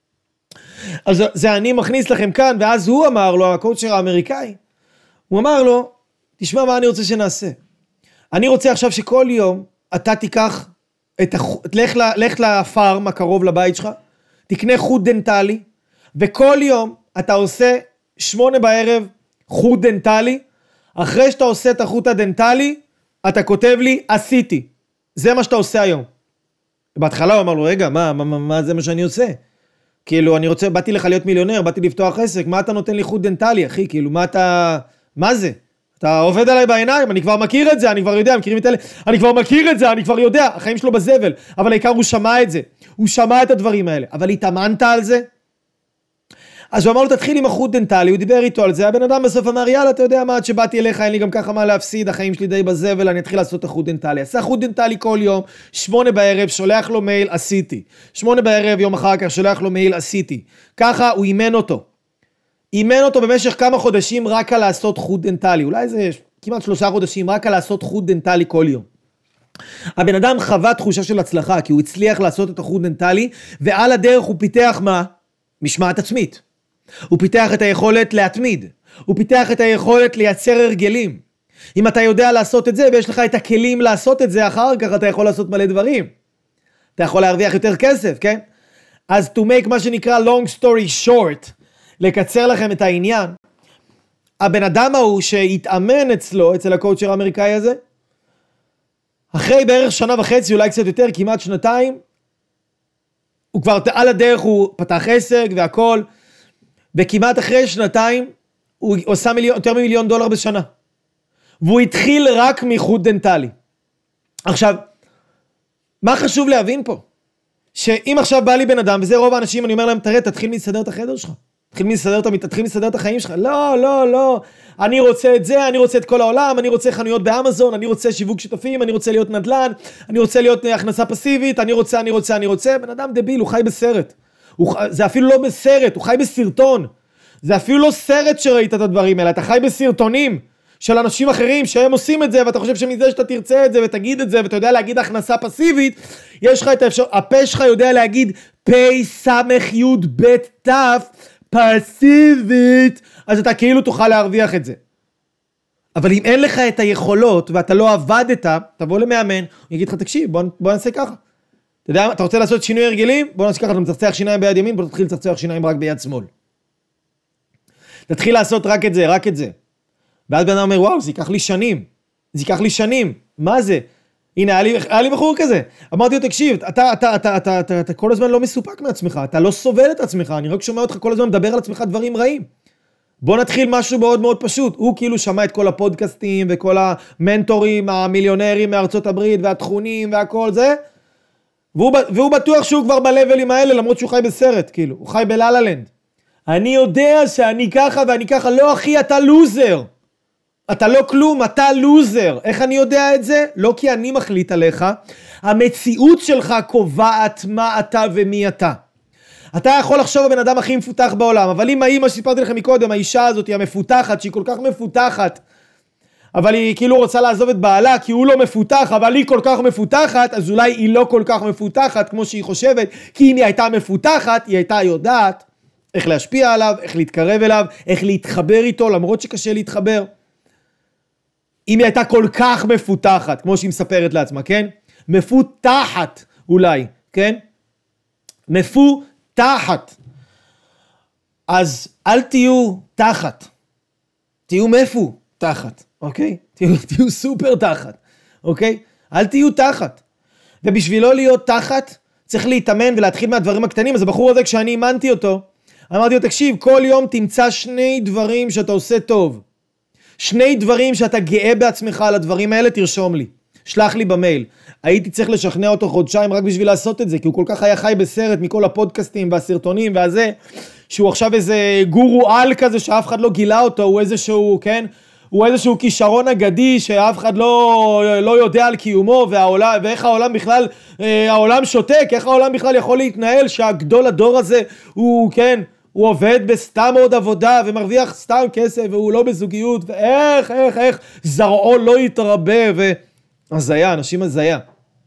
אז זה אני מכניס לכם כאן, ואז הוא אמר לו, הקואוצ'ר האמריקאי, הוא אמר לו, תשמע מה אני רוצה שנעשה. אני רוצה עכשיו שכל יום אתה תיקח, את הח... לך, לך לפארם הקרוב לבית שלך, תקנה חוט דנטלי, וכל יום אתה עושה שמונה בערב חוט דנטלי, אחרי שאתה עושה את החוט הדנטלי, אתה כותב לי, עשיתי. זה מה שאתה עושה היום. בהתחלה הוא אמר לו, רגע, מה, מה, מה, מה זה מה שאני עושה? כאילו, אני רוצה, באתי לך להיות מיליונר, באתי לפתוח עסק, מה אתה נותן לי חוט דנטלי, אחי? כאילו, מה אתה, מה זה? אתה עובד עליי בעיניים, אני כבר מכיר את זה, אני כבר יודע, מכירים את אלה, אני כבר מכיר את זה, אני כבר יודע, החיים שלו בזבל, אבל העיקר הוא שמע את זה, הוא שמע את הדברים האלה, אבל התאמנת על זה? אז הוא אמר לו, תתחיל עם החוט דנטלי, הוא דיבר איתו על זה, הבן אדם בסוף אמר, יאללה, אתה יודע מה, עד שבאתי אליך, אין לי גם ככה מה להפסיד, החיים שלי די בזבל, אני אתחיל לעשות את החוט דנטלי. עשה חוט דנטלי כל יום, שמונה בערב, שולח לו מייל, עשיתי. שמונה בערב, יום אחר כך, שולח לו מייל, עשיתי. ככה הוא אימן אותו. אימן אותו במשך כמה חודשים רק על לעשות חוט דנטלי, אולי זה כמעט שלושה חודשים, רק על לעשות חוט דנטלי כל יום. הבן אדם חווה תחושה של הצלחה, כי הוא הצליח לעשות את החוט דנטלי, ועל הדרך הוא פיתח מה? משמעת עצמית. הוא פיתח את היכולת להתמיד, הוא פיתח את היכולת לייצר הרגלים. אם אתה יודע לעשות את זה ויש לך את הכלים לעשות את זה, אחר כך אתה יכול לעשות מלא דברים. אתה יכול להרוויח יותר כסף, כן? אז to make מה שנקרא long story short, לקצר לכם את העניין, הבן אדם ההוא שהתאמן אצלו, אצל הקואוצ'ר האמריקאי הזה, אחרי בערך שנה וחצי, אולי קצת יותר, כמעט שנתיים, הוא כבר על הדרך, הוא פתח עסק והכל, וכמעט אחרי שנתיים, הוא עושה מיליון, יותר ממיליון דולר בשנה. והוא התחיל רק מחוט דנטלי. עכשיו, מה חשוב להבין פה? שאם עכשיו בא לי בן אדם, וזה רוב האנשים, אני אומר להם, תראה, תתחיל מסדר את החדר שלך. תתחיל מסדר, תתחיל מסדר את החיים שלך. לא, לא, לא. אני רוצה את זה, אני רוצה את כל העולם, אני רוצה חנויות באמזון, אני רוצה שיווק שותפים, אני רוצה להיות נדל"ן, אני רוצה להיות הכנסה פסיבית, אני רוצה, אני רוצה, אני רוצה. בן אדם דביל, הוא חי בסרט. הוא, זה אפילו לא בסרט, הוא חי בסרטון. זה אפילו לא סרט שראית את הדברים האלה, אתה חי בסרטונים של אנשים אחרים שהם עושים את זה, ואתה חושב שמזה שאתה תרצה את זה ותגיד את זה, ואתה יודע להגיד הכנסה פסיבית, יש לך את האפשר, הפה שלך יודע להגיד פי סמך יוד בית תף, פסיבית, אז אתה כאילו תוכל להרוויח את זה. אבל אם אין לך את היכולות, ואתה לא עבדת, תבוא למאמן, הוא יגיד לך, תקשיב, בוא, בוא נעשה ככה. אתה יודע, אתה רוצה לעשות שינוי הרגלים? בוא נעשה ככה, אתה מצחצח שיניים ביד ימין, בוא תתחיל לצחצח שיניים רק ביד שמאל. תתחיל לעשות רק את זה, רק את זה. ואז בן אדם אומר, וואו, זה ייקח לי שנים. זה ייקח לי שנים. מה זה? הנה, היה לי, היה לי בחור כזה. אמרתי לו, תקשיב, אתה, אתה, אתה, אתה, אתה, אתה, אתה כל הזמן לא מסופק מעצמך, אתה לא סובל את עצמך, אני רק שומע אותך כל הזמן מדבר על עצמך דברים רעים. בוא נתחיל משהו מאוד מאוד פשוט. הוא כאילו שמע את כל הפודקאסטים וכל המנטורים, המיליונרים מארצות הברית והתכונים והכל זה, והוא, והוא בטוח שהוא כבר בלבלים האלה, למרות שהוא חי בסרט, כאילו, הוא חי בללה-לנד. אני יודע שאני ככה ואני ככה, לא אחי, אתה לוזר. אתה לא כלום, אתה לוזר. איך אני יודע את זה? לא כי אני מחליט עליך. המציאות שלך קובעת מה אתה ומי אתה. אתה יכול לחשוב הבן אדם הכי מפותח בעולם, אבל אם האמא שסיפרתי לכם מקודם, האישה הזאת היא המפותחת, שהיא כל כך מפותחת, אבל היא כאילו רוצה לעזוב את בעלה, כי הוא לא מפותח, אבל היא כל כך מפותחת, אז אולי היא לא כל כך מפותחת, כמו שהיא חושבת, כי אם היא הייתה מפותחת, היא הייתה יודעת איך להשפיע עליו, איך להתקרב אליו, איך להתחבר איתו, למרות שקשה להתחבר. אם היא הייתה כל כך מפותחת, כמו שהיא מספרת לעצמה, כן? מפותחת, אולי, כן? מפותחת. אז אל תהיו תחת. תהיו מפותחת, אוקיי? תהיו, תהיו סופר תחת, אוקיי? אל תהיו תחת. ובשביל לא להיות תחת, צריך להתאמן ולהתחיל מהדברים הקטנים. אז הבחור הזה, כשאני אימנתי אותו, אמרתי לו, תקשיב, כל יום תמצא שני דברים שאתה עושה טוב. שני דברים שאתה גאה בעצמך על הדברים האלה, תרשום לי. שלח לי במייל. הייתי צריך לשכנע אותו חודשיים רק בשביל לעשות את זה, כי הוא כל כך היה חי בסרט מכל הפודקאסטים והסרטונים והזה, שהוא עכשיו איזה גורו על כזה שאף אחד לא גילה אותו, הוא איזשהו, כן? הוא איזשהו כישרון אגדי שאף אחד לא, לא יודע על קיומו, והעולם, ואיך העולם בכלל, אה, העולם שותק, איך העולם בכלל יכול להתנהל, שהגדול הדור הזה הוא, כן, הוא עובד בסתם עוד עבודה ומרוויח סתם כסף והוא לא בזוגיות, ואיך, איך, איך, זרעו לא יתרבה, והזיה, אנשים הזיה.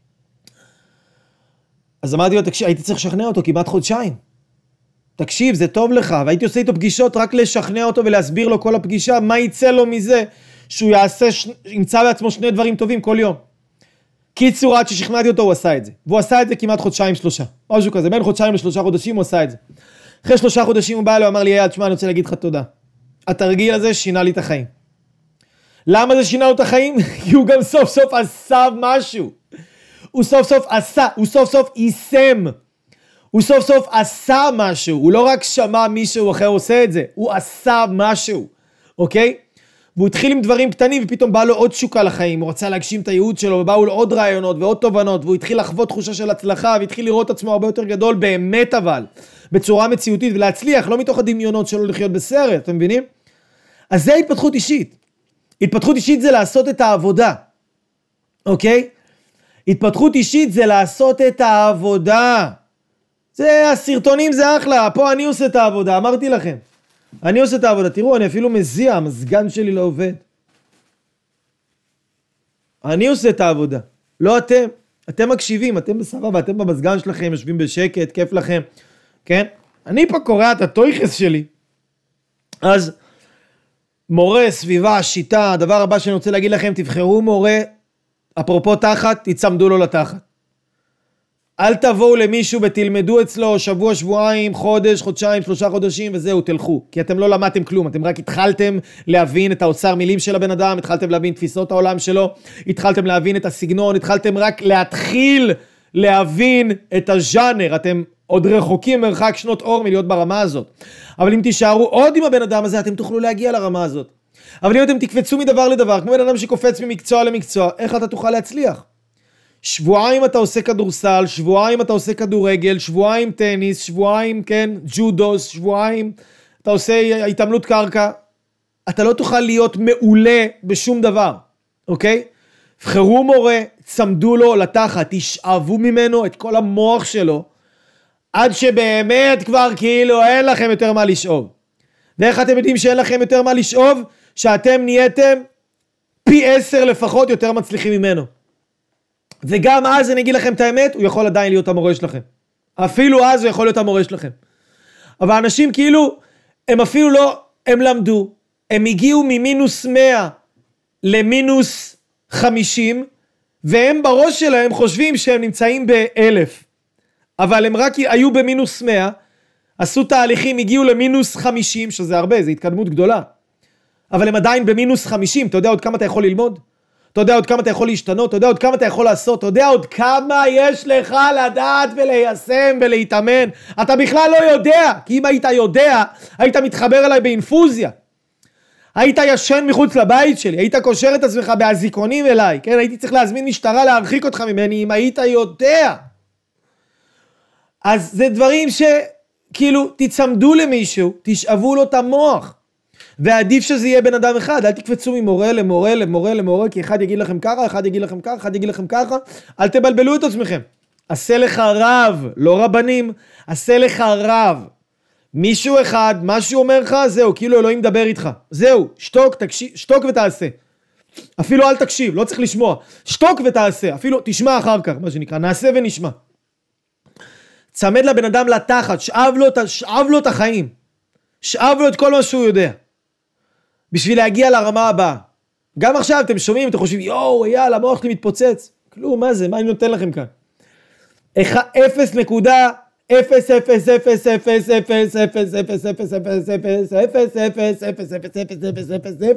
אז אמרתי לו, תקשיב, הייתי צריך לשכנע אותו כמעט חודשיים. תקשיב, זה טוב לך, והייתי עושה איתו פגישות רק לשכנע אותו ולהסביר לו כל הפגישה, מה יצא לו מזה, שהוא יעשה, ימצא בעצמו שני דברים טובים כל יום. קיצור, עד ששכנעתי אותו, הוא עשה את זה. והוא עשה את זה כמעט חודשיים שלושה. משהו כזה, בין חודשיים לשלושה חודשים הוא עשה את זה. אחרי שלושה חודשים הוא בא אליו, אמר לי, יאללה, תשמע, אני רוצה להגיד לך תודה. התרגיל הזה שינה לי את החיים. למה זה שינה לו את החיים? כי הוא גם סוף סוף עשה משהו. הוא סוף סוף עשה, הוא סוף סוף יישם. הוא סוף סוף עשה משהו. הוא לא רק שמע מישהו אחר עושה את זה, הוא עשה משהו. אוקיי? והוא התחיל עם דברים קטנים ופתאום בא לו עוד שוקה לחיים. הוא רצה להגשים את הייעוד שלו ובאו לו עוד רעיונות ועוד תובנות, והוא התחיל לחוות תחושה של הצלחה והתחיל לראות עצמו הרבה יותר גדול באמת, אבל בצורה מציאותית, ולהצליח, לא מתוך הדמיונות שלו לחיות בסרט, אתם מבינים? אז זה התפתחות אישית. התפתחות אישית זה לעשות את העבודה. אוקיי? התפתחות אישית זה לעשות את העבודה. זה, הסרטונים זה אחלה, פה אני עושה את העבודה, אמרתי לכם. אני עושה את העבודה, תראו, אני אפילו מזיע, המזגן שלי לא עובד. אני עושה את העבודה, לא אתם. אתם מקשיבים, אתם בסבבה, אתם במזגן שלכם, יושבים בשקט, כיף לכם, כן? אני פה קורא את הטויחס שלי. אז מורה, סביבה, שיטה, הדבר הבא שאני רוצה להגיד לכם, תבחרו מורה, אפרופו תחת, תצמדו לו לתחת. אל תבואו למישהו ותלמדו אצלו שבוע, שבועיים, חודש, חודשיים, שלושה חודשים וזהו, תלכו. כי אתם לא למדתם כלום, אתם רק התחלתם להבין את האוצר מילים של הבן אדם, התחלתם להבין תפיסות העולם שלו, התחלתם להבין את הסגנון, התחלתם רק להתחיל להבין את הז'אנר, אתם עוד רחוקים מרחק שנות אור מלהיות ברמה הזאת. אבל אם תישארו עוד עם הבן אדם הזה, אתם תוכלו להגיע לרמה הזאת. אבל אם אתם תקפצו מדבר לדבר, כמו בן אדם שקופץ ממקצוע למקצוע, איך אתה תוכל להצליח? שבועיים אתה עושה כדורסל, שבועיים אתה עושה כדורגל, שבועיים טניס, שבועיים, כן, ג'ודוס, שבועיים אתה עושה התעמלות קרקע. אתה לא תוכל להיות מעולה בשום דבר, אוקיי? בחרו מורה, צמדו לו לתחת, תשאבו ממנו את כל המוח שלו, עד שבאמת כבר כאילו אין לכם יותר מה לשאוב. ואיך אתם יודעים שאין לכם יותר מה לשאוב? שאתם נהייתם פי עשר לפחות יותר מצליחים ממנו. וגם אז אני אגיד לכם את האמת, הוא יכול עדיין להיות המורה שלכם. אפילו אז הוא יכול להיות המורה שלכם. אבל אנשים כאילו, הם אפילו לא, הם למדו, הם הגיעו ממינוס מאה למינוס חמישים, והם בראש שלהם חושבים שהם נמצאים באלף, אבל הם רק היו במינוס מאה, עשו תהליכים, הגיעו למינוס חמישים, שזה הרבה, זה התקדמות גדולה, אבל הם עדיין במינוס חמישים, אתה יודע עוד כמה אתה יכול ללמוד? אתה יודע עוד כמה אתה יכול להשתנות? אתה יודע עוד כמה אתה יכול לעשות? אתה יודע עוד כמה יש לך לדעת וליישם ולהתאמן? אתה בכלל לא יודע, כי אם היית יודע, היית מתחבר אליי באינפוזיה. היית ישן מחוץ לבית שלי, היית קושר את עצמך בהזיכונים אליי, כן? הייתי צריך להזמין משטרה להרחיק אותך ממני, אם היית יודע. אז זה דברים שכאילו תצמדו למישהו, תשאבו לו את המוח. ועדיף שזה יהיה בן אדם אחד, אל תקפצו ממורה למורה למורה למורה, כי אחד יגיד לכם ככה, אחד יגיד לכם ככה, אחד יגיד לכם ככה, אל תבלבלו את עצמכם. עשה לך רב, לא רבנים, עשה לך רב. מישהו אחד, מה שהוא אומר לך, זהו, כאילו אלוהים מדבר איתך. זהו, שתוק, תקשיב, שתוק ותעשה. אפילו אל תקשיב, לא צריך לשמוע. שתוק ותעשה, אפילו תשמע אחר כך, מה שנקרא, נעשה ונשמע. צמד לבן אדם לתחת, שאב לו, שאב לו את החיים. שאב לו את כל מה שהוא יודע. בשביל להגיע לרמה הבאה. גם עכשיו אתם שומעים, אתם חושבים, יואו, יאללה, המוח שלי מתפוצץ. כלום, מה זה? מה אני נותן לכם כאן? אפס נקודה אפס אפס אפס אפס אפס אפס אפס אפס אפס אפס אפס אפס אפס אפס אפס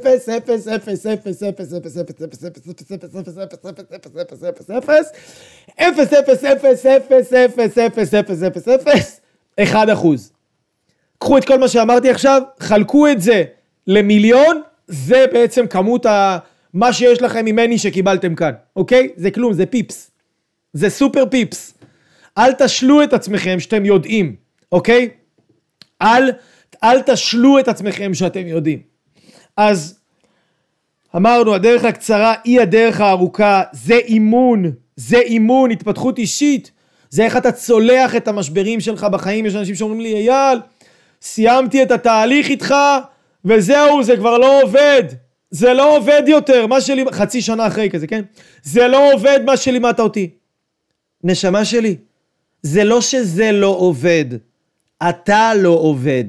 אפס אפס אחד אחוז. קחו את כל מה שאמרתי עכשיו, חלקו את זה למיליון, זה בעצם כמות מה שיש לכם ממני שקיבלתם כאן, אוקיי? זה כלום, זה פיפס. זה סופר פיפס. אל תשלו את עצמכם שאתם יודעים, אוקיי? אל, אל תשלו את עצמכם שאתם יודעים. אז אמרנו, הדרך הקצרה היא הדרך הארוכה, זה אימון, זה אימון, התפתחות אישית, זה איך אתה צולח את המשברים שלך בחיים. יש אנשים שאומרים לי, אייל, סיימתי את התהליך איתך, וזהו, זה כבר לא עובד. זה לא עובד יותר, מה שלי, חצי שנה אחרי כזה, כן? זה לא עובד מה שלימדת אותי. נשמה שלי, זה לא שזה לא עובד, אתה לא עובד.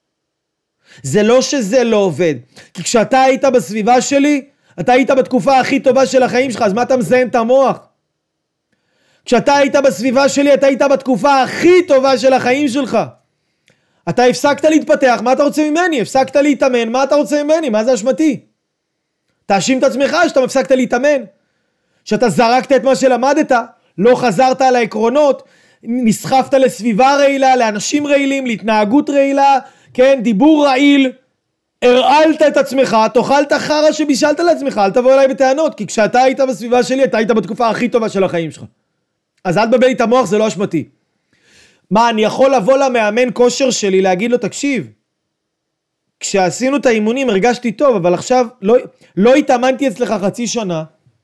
זה לא שזה לא עובד, כי כשאתה היית בסביבה שלי, אתה היית בתקופה הכי טובה של החיים שלך, אז מה אתה מזיין את המוח? כשאתה היית בסביבה שלי, אתה היית בתקופה הכי טובה של החיים שלך. אתה הפסקת להתפתח, מה אתה רוצה ממני? הפסקת להתאמן, מה אתה רוצה ממני? מה זה אשמתי? תאשים את עצמך שאתה הפסקת להתאמן, שאתה זרקת את מה שלמדת, לא חזרת על העקרונות, נסחפת לסביבה רעילה, לאנשים רעילים, להתנהגות רעילה, כן, דיבור רעיל, הרעלת את עצמך, תאכל את החרא שבישלת לעצמך, אל תבוא אליי בטענות, כי כשאתה היית בסביבה שלי, אתה היית בתקופה הכי טובה של החיים שלך. אז אל תבלבל לי את המוח, זה לא אשמתי. מה, אני יכול לבוא למאמן כושר שלי, להגיד לו, תקשיב, כשעשינו את האימונים הרגשתי טוב, אבל עכשיו לא, לא התאמנתי אצלך חצי שנה,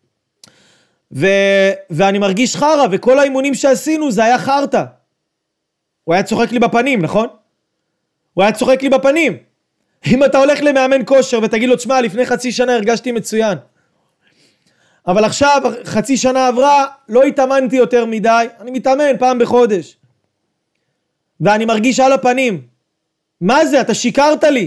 ו... ואני מרגיש חרה, וכל האימונים שעשינו זה היה חרטה. הוא היה צוחק לי בפנים, נכון? הוא היה צוחק לי בפנים. אם אתה הולך למאמן כושר ותגיד לו, תשמע, לפני חצי שנה הרגשתי מצוין, אבל עכשיו חצי שנה עברה, לא התאמנתי יותר מדי, אני מתאמן פעם בחודש, ואני מרגיש על הפנים. מה זה? אתה שיקרת לי.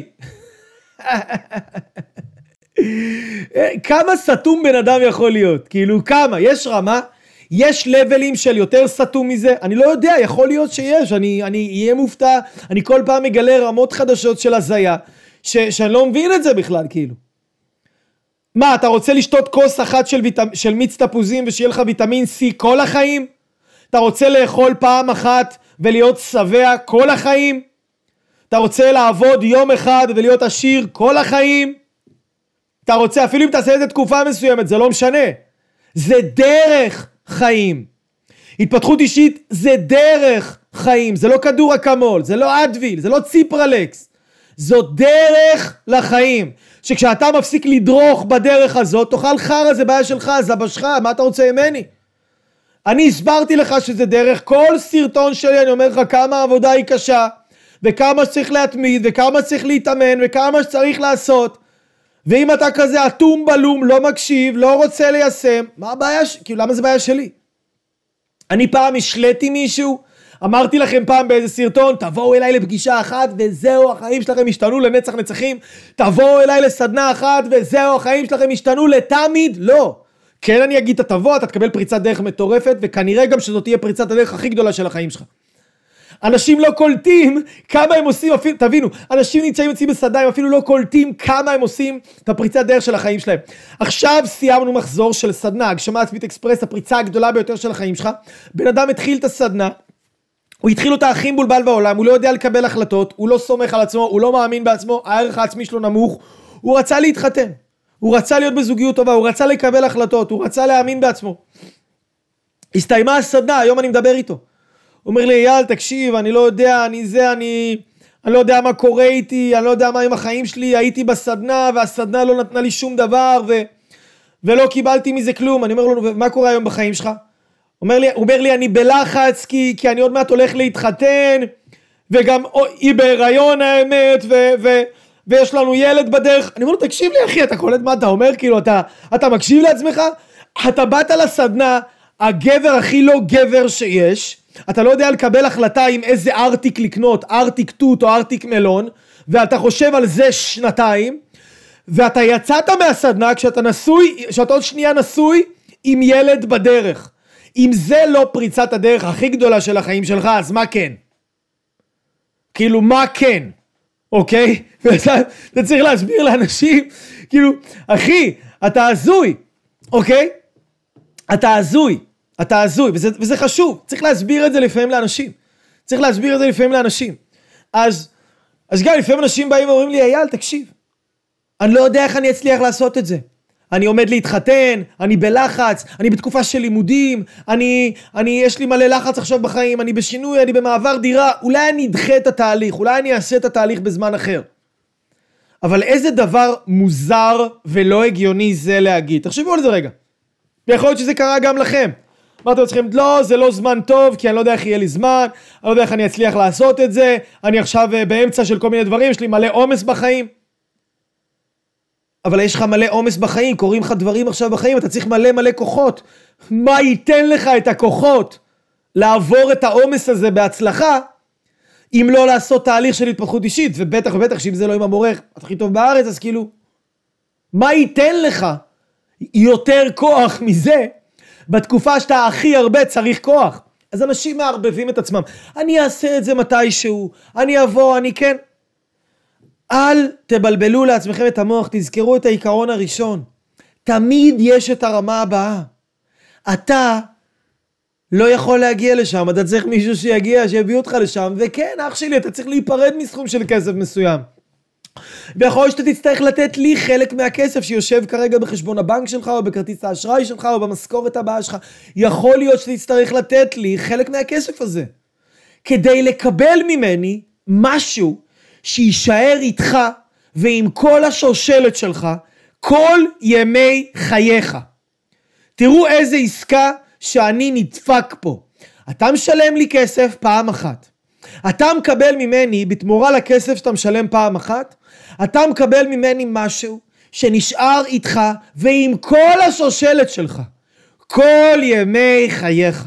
כמה סתום בן אדם יכול להיות? כאילו כמה? יש רמה? יש לבלים של יותר סתום מזה? אני לא יודע, יכול להיות שיש, אני, אני אהיה מופתע, אני כל פעם מגלה רמות חדשות של הזיה, ש, שאני לא מבין את זה בכלל, כאילו. מה, אתה רוצה לשתות כוס אחת של, ויטמ... של מיץ תפוזים ושיהיה לך ויטמין C כל החיים? אתה רוצה לאכול פעם אחת ולהיות שבע כל החיים? אתה רוצה לעבוד יום אחד ולהיות עשיר כל החיים? אתה רוצה, אפילו אם תעשה את זה תקופה מסוימת, זה לא משנה. זה דרך חיים. התפתחות אישית זה דרך חיים. זה לא כדור אקמול, זה לא אדוויל, זה לא ציפרלקס. זו דרך לחיים. שכשאתה מפסיק לדרוך בדרך הזאת, תאכל חרא, זה בעיה שלך, זה בשך, מה אתה רוצה ממני? אני הסברתי לך שזה דרך. כל סרטון שלי אני אומר לך כמה העבודה היא קשה, וכמה שצריך להתמיד, וכמה שצריך להתאמן, וכמה שצריך לעשות. ואם אתה כזה אטום בלום, לא מקשיב, לא רוצה ליישם, מה הבעיה? כאילו, למה זה בעיה שלי? אני פעם השלטי מישהו, אמרתי לכם פעם באיזה סרטון, תבואו אליי לפגישה אחת וזהו, החיים שלכם השתנו לנצח נצחים. תבואו אליי לסדנה אחת וזהו, החיים שלכם השתנו לתמיד. לא. כן, אני אגיד, אתה תבוא, אתה תקבל פריצת דרך מטורפת, וכנראה גם שזאת תהיה פריצת הדרך הכי גדולה של החיים שלך. אנשים לא קולטים כמה הם עושים, אפילו, תבינו, אנשים נמצאים אצלי בסדנה, הם אפילו לא קולטים כמה הם עושים את הפריצת דרך של החיים שלהם. עכשיו סיימנו מחזור של סדנה, הגשמה עצמית אקספרס, הפריצה הגדולה ביותר של החיים שלך. בן אדם התחיל את הסדנה, הוא התחיל אותה הכי מבולבל בעולם, הוא לא יודע לקבל החלטות, הוא לא סומך על עצמו, הוא לא מאמין בעצמו, הערך העצמי שלו נמוך, הוא רצה להתחתן, הוא רצה להיות בזוגיות טובה, הוא רצה לקבל החלטות, הוא רצה להאמין בעצמו. הסתיימה הסדנה, היום אני מדבר איתו. הוא אומר לי, אייל, תקשיב, אני לא יודע, אני זה, אני, אני לא יודע מה קורה איתי, אני לא יודע מה עם החיים שלי, הייתי בסדנה, והסדנה לא נתנה לי שום דבר, ו, ולא קיבלתי מזה כלום. אני אומר לו, מה קורה היום בחיים שלך? הוא אומר לי, הוא אומר לי, אני בלחץ, כי, כי אני עוד מעט הולך להתחתן, וגם היא בהיריון האמת, ו, ו, ויש לנו ילד בדרך. אני אומר לו, תקשיב לי, אחי, אתה קולט מה אתה אומר? כאילו, אתה, אתה מקשיב לעצמך? אתה באת לסדנה, הגבר הכי לא גבר שיש, אתה לא יודע לקבל החלטה עם איזה ארטיק לקנות, ארטיק תות או ארטיק מלון, ואתה חושב על זה שנתיים, ואתה יצאת מהסדנה כשאתה נשוי, כשאתה עוד שנייה נשוי עם ילד בדרך. אם זה לא פריצת הדרך הכי גדולה של החיים שלך, אז מה כן? כאילו, מה כן? אוקיי? ואתה, אתה צריך להסביר לאנשים, כאילו, אחי, אתה הזוי, אוקיי? אתה הזוי. אתה הזוי, וזה, וזה חשוב, צריך להסביר את זה לפעמים לאנשים, צריך להסביר את זה לפעמים לאנשים, אז, אז גם לפעמים אנשים באים ואומרים לי, אייל, תקשיב, אני לא יודע איך אני אצליח לעשות את זה, אני עומד להתחתן, אני בלחץ, אני בתקופה של לימודים, אני, אני, יש לי מלא לחץ עכשיו בחיים, אני בשינוי, אני במעבר דירה, אולי אני אדחה את התהליך, אולי אני אעשה את התהליך בזמן אחר, אבל איזה דבר מוזר ולא הגיוני זה להגיד, תחשבו על זה רגע, ויכול להיות שזה קרה גם לכם, אמרתם לעצמכם, לא, זה לא זמן טוב, כי אני לא יודע איך יהיה לי זמן, אני לא יודע איך אני אצליח לעשות את זה, אני עכשיו באמצע של כל מיני דברים, יש לי מלא עומס בחיים. אבל יש לך מלא עומס בחיים, קוראים לך דברים עכשיו בחיים, אתה צריך מלא מלא כוחות. מה ייתן לך את הכוחות לעבור את העומס הזה בהצלחה, אם לא לעשות תהליך של התפתחות אישית, ובטח ובטח שאם זה לא עם המורך הכי טוב בארץ, אז כאילו, מה ייתן לך יותר כוח מזה, בתקופה שאתה הכי הרבה צריך כוח? אז אנשים מערבבים את עצמם, אני אעשה את זה מתישהו, אני אבוא, אני כן. אל תבלבלו לעצמכם את המוח, תזכרו את העיקרון הראשון, תמיד יש את הרמה הבאה. אתה לא יכול להגיע לשם, אתה צריך מישהו שיגיע, שיביא אותך לשם, וכן, אח שלי, אתה צריך להיפרד מסכום של כסף מסוים. ויכול להיות שאתה תצטרך לתת לי חלק מהכסף שיושב כרגע בחשבון הבנק שלך, או בכרטיס האשראי שלך, או במשכורת הבאה שלך. יכול להיות שתצטרך לתת לי חלק מהכסף הזה, כדי לקבל ממני משהו שישאר איתך, ועם כל השושלת שלך, כל ימי חייך. תראו איזה עסקה שאני נדפק פה. אתה משלם לי כסף פעם אחת. אתה מקבל ממני, בתמורה לכסף שאתה משלם פעם אחת, אתה מקבל ממני משהו שנשאר איתך ועם כל השושלת שלך, כל ימי חייך.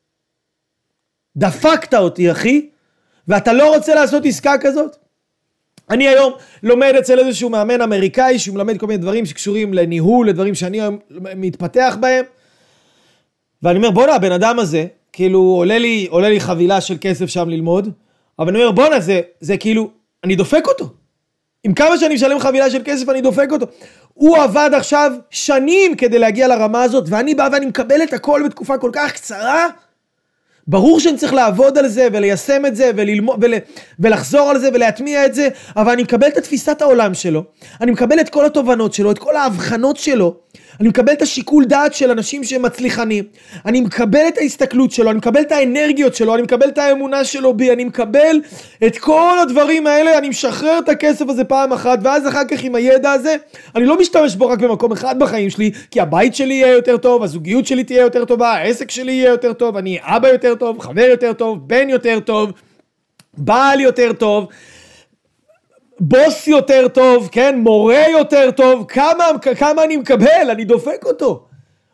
דפקת אותי, אחי, ואתה לא רוצה לעשות עסקה כזאת? אני היום לומד אצל איזשהו מאמן אמריקאי, שהוא מלמד כל מיני דברים שקשורים לניהול, לדברים שאני היום מתפתח בהם, ואני אומר, בונה, הבן אדם הזה, כאילו עולה לי, עולה לי חבילה של כסף שם ללמוד, אבל אני אומר, בונה, זה, זה כאילו, אני דופק אותו. עם כמה שאני משלם חבילה של כסף, אני דופק אותו. הוא עבד עכשיו שנים כדי להגיע לרמה הזאת, ואני בא ואני מקבל את הכל בתקופה כל כך קצרה. ברור שאני צריך לעבוד על זה, וליישם את זה, וללמוד, ול, ולחזור על זה, ולהטמיע את זה, אבל אני מקבל את התפיסת העולם שלו, אני מקבל את כל התובנות שלו, את כל ההבחנות שלו, אני מקבל את השיקול דעת של אנשים שהם מצליחנים, אני מקבל את ההסתכלות שלו, אני מקבל את האנרגיות שלו, אני מקבל את האמונה שלו בי, אני מקבל את כל הדברים האלה, אני משחרר את הכסף הזה פעם אחת, ואז אחר כך עם הידע הזה, אני לא משתמש בו רק במקום אחד בחיים שלי, כי הבית שלי יהיה יותר טוב, הזוגיות שלי תהיה יותר טובה, העסק שלי יהיה יותר טוב, אני אבא יותר טוב, חבר יותר טוב, בן יותר טוב, בעל יותר טוב, בוס יותר טוב, כן, מורה יותר טוב, כמה, כמה אני מקבל, אני דופק אותו.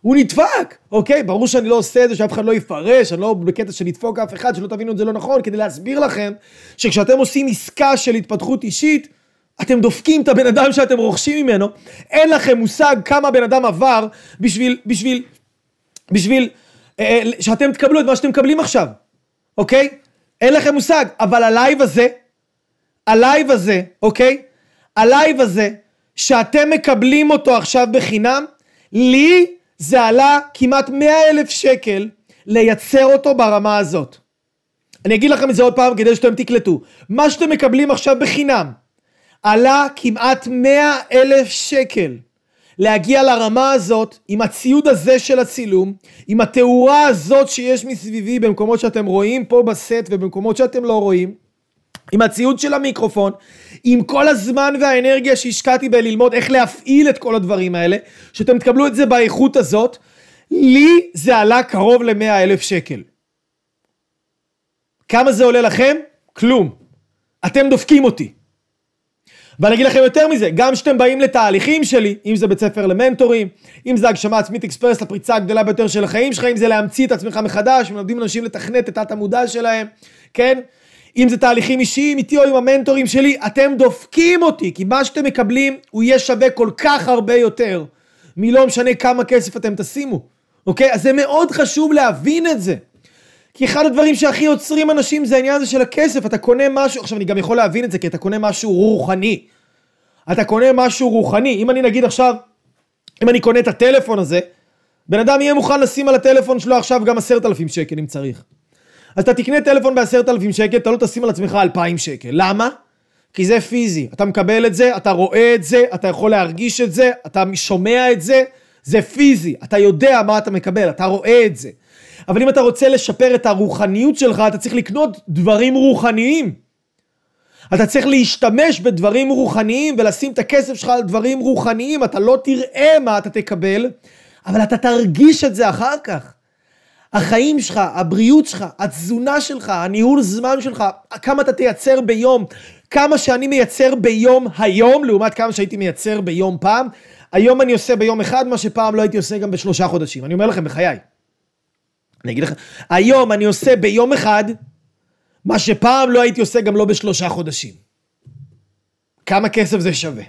הוא נדפק, אוקיי? ברור שאני לא עושה את זה, שאף אחד לא יפרש, אני לא בקטע של לדפוק אף אחד, שלא תבינו את זה לא נכון, כדי להסביר לכם שכשאתם עושים עסקה של התפתחות אישית, אתם דופקים את הבן אדם שאתם רוכשים ממנו, אין לכם מושג כמה בן אדם עבר בשביל, בשביל, בשביל, אה, שאתם תקבלו את מה שאתם מקבלים עכשיו, אוקיי? אין לכם מושג, אבל הלייב הזה, הלייב הזה, אוקיי? הלייב הזה, שאתם מקבלים אותו עכשיו בחינם, לי זה עלה כמעט מאה אלף שקל לייצר אותו ברמה הזאת. אני אגיד לכם את זה עוד פעם כדי שאתם תקלטו. מה שאתם מקבלים עכשיו בחינם, עלה כמעט מאה אלף שקל להגיע לרמה הזאת, עם הציוד הזה של הצילום, עם התאורה הזאת שיש מסביבי במקומות שאתם רואים פה בסט ובמקומות שאתם לא רואים, עם הציוד של המיקרופון, עם כל הזמן והאנרגיה שהשקעתי בללמוד איך להפעיל את כל הדברים האלה, שאתם תקבלו את זה באיכות הזאת, לי זה עלה קרוב ל-מאה אלף שקל. כמה זה עולה לכם? כלום. אתם דופקים אותי. ואני אגיד לכם יותר מזה, גם שאתם באים לתהליכים שלי, אם זה בית ספר למנטורים, אם זה הגשמה עצמית אקספרס, הפריצה הגדולה ביותר של החיים שלך, אם זה להמציא את עצמך מחדש, מלמדים אנשים לתכנת את התת-המודע שלהם, כן? אם זה תהליכים אישיים איתי או עם המנטורים שלי, אתם דופקים אותי, כי מה שאתם מקבלים הוא יהיה שווה כל כך הרבה יותר, מלא משנה כמה כסף אתם תשימו, אוקיי? אז זה מאוד חשוב להבין את זה. כי אחד הדברים שהכי יוצרים אנשים זה העניין הזה של הכסף, אתה קונה משהו, עכשיו אני גם יכול להבין את זה, כי אתה קונה משהו רוחני, אתה קונה משהו רוחני, אם אני נגיד עכשיו, אם אני קונה את הטלפון הזה, בן אדם יהיה מוכן לשים על הטלפון שלו עכשיו גם עשרת אלפים שקל אם צריך. אז אתה תקנה טלפון בעשרת אלפים שקל, אתה לא תשים על עצמך אלפיים שקל. למה? כי זה פיזי. אתה מקבל את זה, אתה רואה את זה, אתה יכול להרגיש את זה, אתה שומע את זה, זה פיזי. אתה יודע מה אתה מקבל, אתה רואה את זה. אבל אם אתה רוצה לשפר את הרוחניות שלך, אתה צריך לקנות דברים רוחניים. אתה צריך להשתמש בדברים רוחניים ולשים את הכסף שלך על דברים רוחניים. אתה לא תראה מה אתה תקבל, אבל אתה תרגיש את זה אחר כך. החיים שלך, הבריאות שלך, התזונה שלך, הניהול זמן שלך, כמה אתה תייצר ביום, כמה שאני מייצר ביום היום, לעומת כמה שהייתי מייצר ביום פעם, היום אני עושה ביום אחד, מה שפעם לא הייתי עושה גם בשלושה חודשים. אני אומר לכם בחיי. אני אגיד לכם, היום אני עושה ביום אחד, מה שפעם לא הייתי עושה גם לא בשלושה חודשים. כמה כסף זה שווה?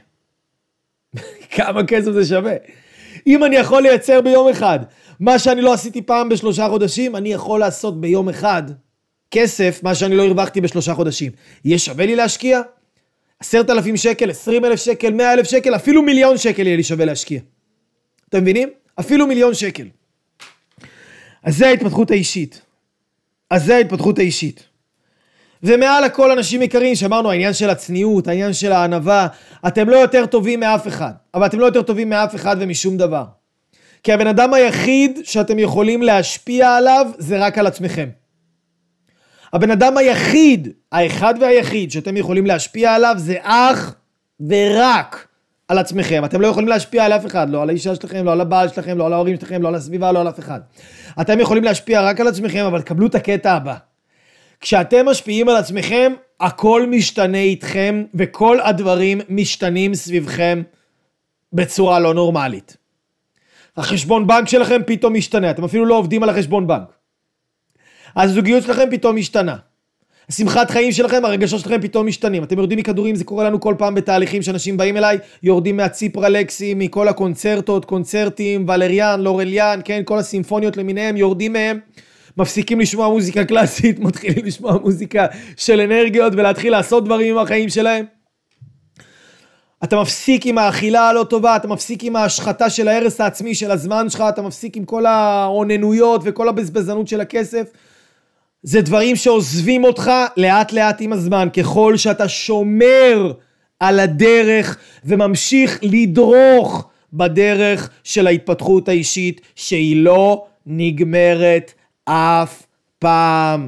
כמה כסף זה שווה? אם אני יכול לייצר ביום אחד, מה שאני לא עשיתי פעם בשלושה חודשים, אני יכול לעשות ביום אחד כסף, מה שאני לא הרווחתי בשלושה חודשים. יהיה שווה לי להשקיע? עשרת אלפים שקל, עשרים אלף שקל, מאה אלף שקל, אפילו מיליון שקל יהיה לי שווה להשקיע. אתם מבינים? אפילו מיליון שקל. אז זה ההתפתחות האישית. אז זה ההתפתחות האישית. ומעל הכל אנשים יקרים, שאמרנו, העניין של הצניעות, העניין של הענווה, אתם לא יותר טובים מאף אחד, אבל אתם לא יותר טובים מאף אחד ומשום דבר. כי הבן אדם היחיד שאתם יכולים להשפיע עליו, זה רק על עצמכם. הבן אדם היחיד, האחד והיחיד שאתם יכולים להשפיע עליו, זה אך ורק על עצמכם. אתם לא יכולים להשפיע על אף אחד, לא על האישה שלכם, לא על הבעל שלכם, לא על ההורים שלכם, לא על הסביבה, לא על אף אחד. אתם יכולים להשפיע רק על עצמכם, אבל קבלו את הקטע הבא. כשאתם משפיעים על עצמכם, הכל משתנה איתכם, וכל הדברים משתנים סביבכם בצורה לא נורמלית. החשבון בנק שלכם פתאום משתנה, אתם אפילו לא עובדים על החשבון בנק. הזוגיות שלכם פתאום משתנה. השמחת חיים שלכם, הרגשות שלכם פתאום משתנים. אתם יורדים מכדורים, זה קורה לנו כל פעם בתהליכים שאנשים באים אליי, יורדים מהציפרלקסים, מכל הקונצרטות, קונצרטים, ולריאן, לורליאן, כן, כל הסימפוניות למיניהם, יורדים מהם, מפסיקים לשמוע מוזיקה קלאסית, מתחילים לשמוע מוזיקה של אנרגיות ולהתחיל לעשות דברים עם החיים שלהם. אתה מפסיק עם האכילה הלא טובה, אתה מפסיק עם ההשחתה של ההרס העצמי של הזמן שלך, אתה מפסיק עם כל העוננויות וכל הבזבזנות של הכסף. זה דברים שעוזבים אותך לאט לאט עם הזמן, ככל שאתה שומר על הדרך וממשיך לדרוך בדרך של ההתפתחות האישית, שהיא לא נגמרת אף פעם.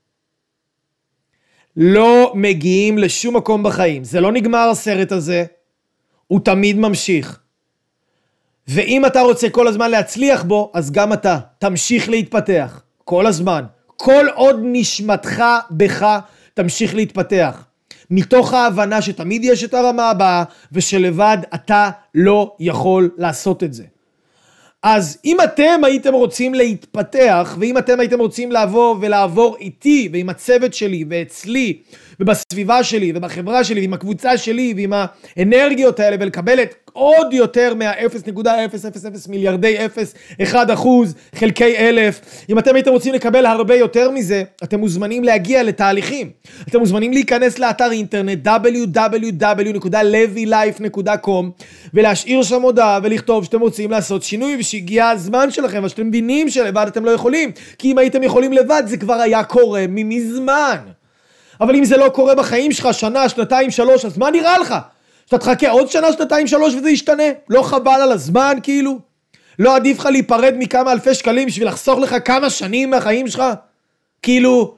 לא מגיעים לשום מקום בחיים, זה לא נגמר הסרט הזה, הוא תמיד ממשיך. ואם אתה רוצה כל הזמן להצליח בו, אז גם אתה תמשיך להתפתח כל הזמן. כל עוד נשמתך בך תמשיך להתפתח. מתוך ההבנה שתמיד יש את הרמה הבאה, ושלבד אתה לא יכול לעשות את זה. אז אם אתם הייתם רוצים להתפתח, ואם אתם הייתם רוצים לעבור ולעבור איתי, ועם הצוות שלי, ואצלי, ובסביבה שלי, ובחברה שלי, ועם הקבוצה שלי, ועם האנרגיות האלה, ולקבל את עוד יותר מה-אפס נקודה אפס אפס אפס מיליארדי אפס אחד אחוז חלקי אלף, אם אתם הייתם רוצים לקבל הרבה יותר מזה, אתם מוזמנים להגיע לתהליכים. אתם מוזמנים להיכנס לאתר אינטרנט דאבליו דאבליו דאבליו נקודה לוי לייף נקודה קום ולהשאיר שם הודעה ולכתוב שאתם רוצים לעשות שינוי ושהגיע הזמן שלכם, ושאתם מבינים שלבד אתם לא יכולים, כי אם הייתם יכולים לבד זה כבר היה קורה ממזמן. אבל אם זה לא קורה בחיים שלך שנה, שנתיים, שלוש, אז מה נראה לך? שאתה תחכה עוד שנה, שנתיים, שלוש וזה ישתנה? לא חבל על הזמן כאילו? לא עדיף לך להיפרד מכמה אלפי שקלים בשביל לחסוך לך כמה שנים מהחיים שלך? כאילו,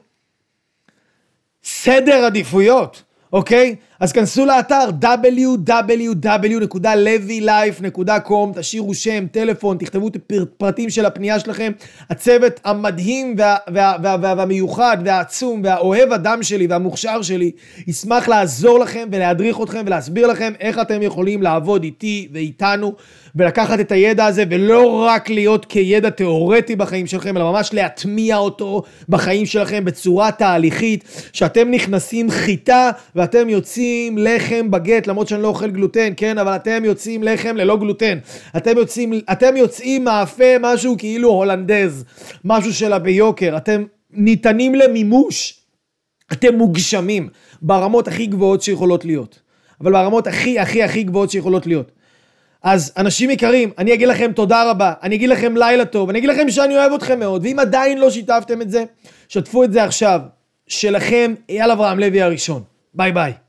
סדר עדיפויות, אוקיי? אז כנסו לאתר דאבליו דאבליו דאבליו נקודה לוי לייף נקודה קום, תשאירו שם, טלפון, תכתבו את הפרטים של הפנייה שלכם. הצוות המדהים וה, וה, וה, וה, והמיוחד והעצום והאוהב אדם שלי והמוכשר שלי ישמח לעזור לכם ולהדריך אתכם ולהסביר לכם איך אתם יכולים לעבוד איתי ואיתנו ולקחת את הידע הזה ולא רק להיות כידע תיאורטי בחיים שלכם, אלא ממש להטמיע אותו בחיים שלכם בצורה תהליכית, שאתם נכנסים חיטה ואתם יוצאים לחם בגט, למרות שאני לא אוכל גלוטן, כן, אבל אתם יוצאים לחם ללא גלוטן. אתם יוצאים, אתם יוצאים מאפה, משהו כאילו הולנדז, משהו שלה ביוקר. אתם ניתנים למימוש. אתם מוגשמים ברמות הכי גבוהות שיכולות להיות. אבל ברמות הכי הכי הכי גבוהות שיכולות להיות. אז אנשים יקרים, אני אגיד לכם תודה רבה, אני אגיד לכם לילה טוב, אני אגיד לכם שאני אוהב אתכם מאוד, ואם עדיין לא שיתפתם את זה, שתפו את זה עכשיו. שלכם, אייל אברהם לוי הראשון. ביי ביי.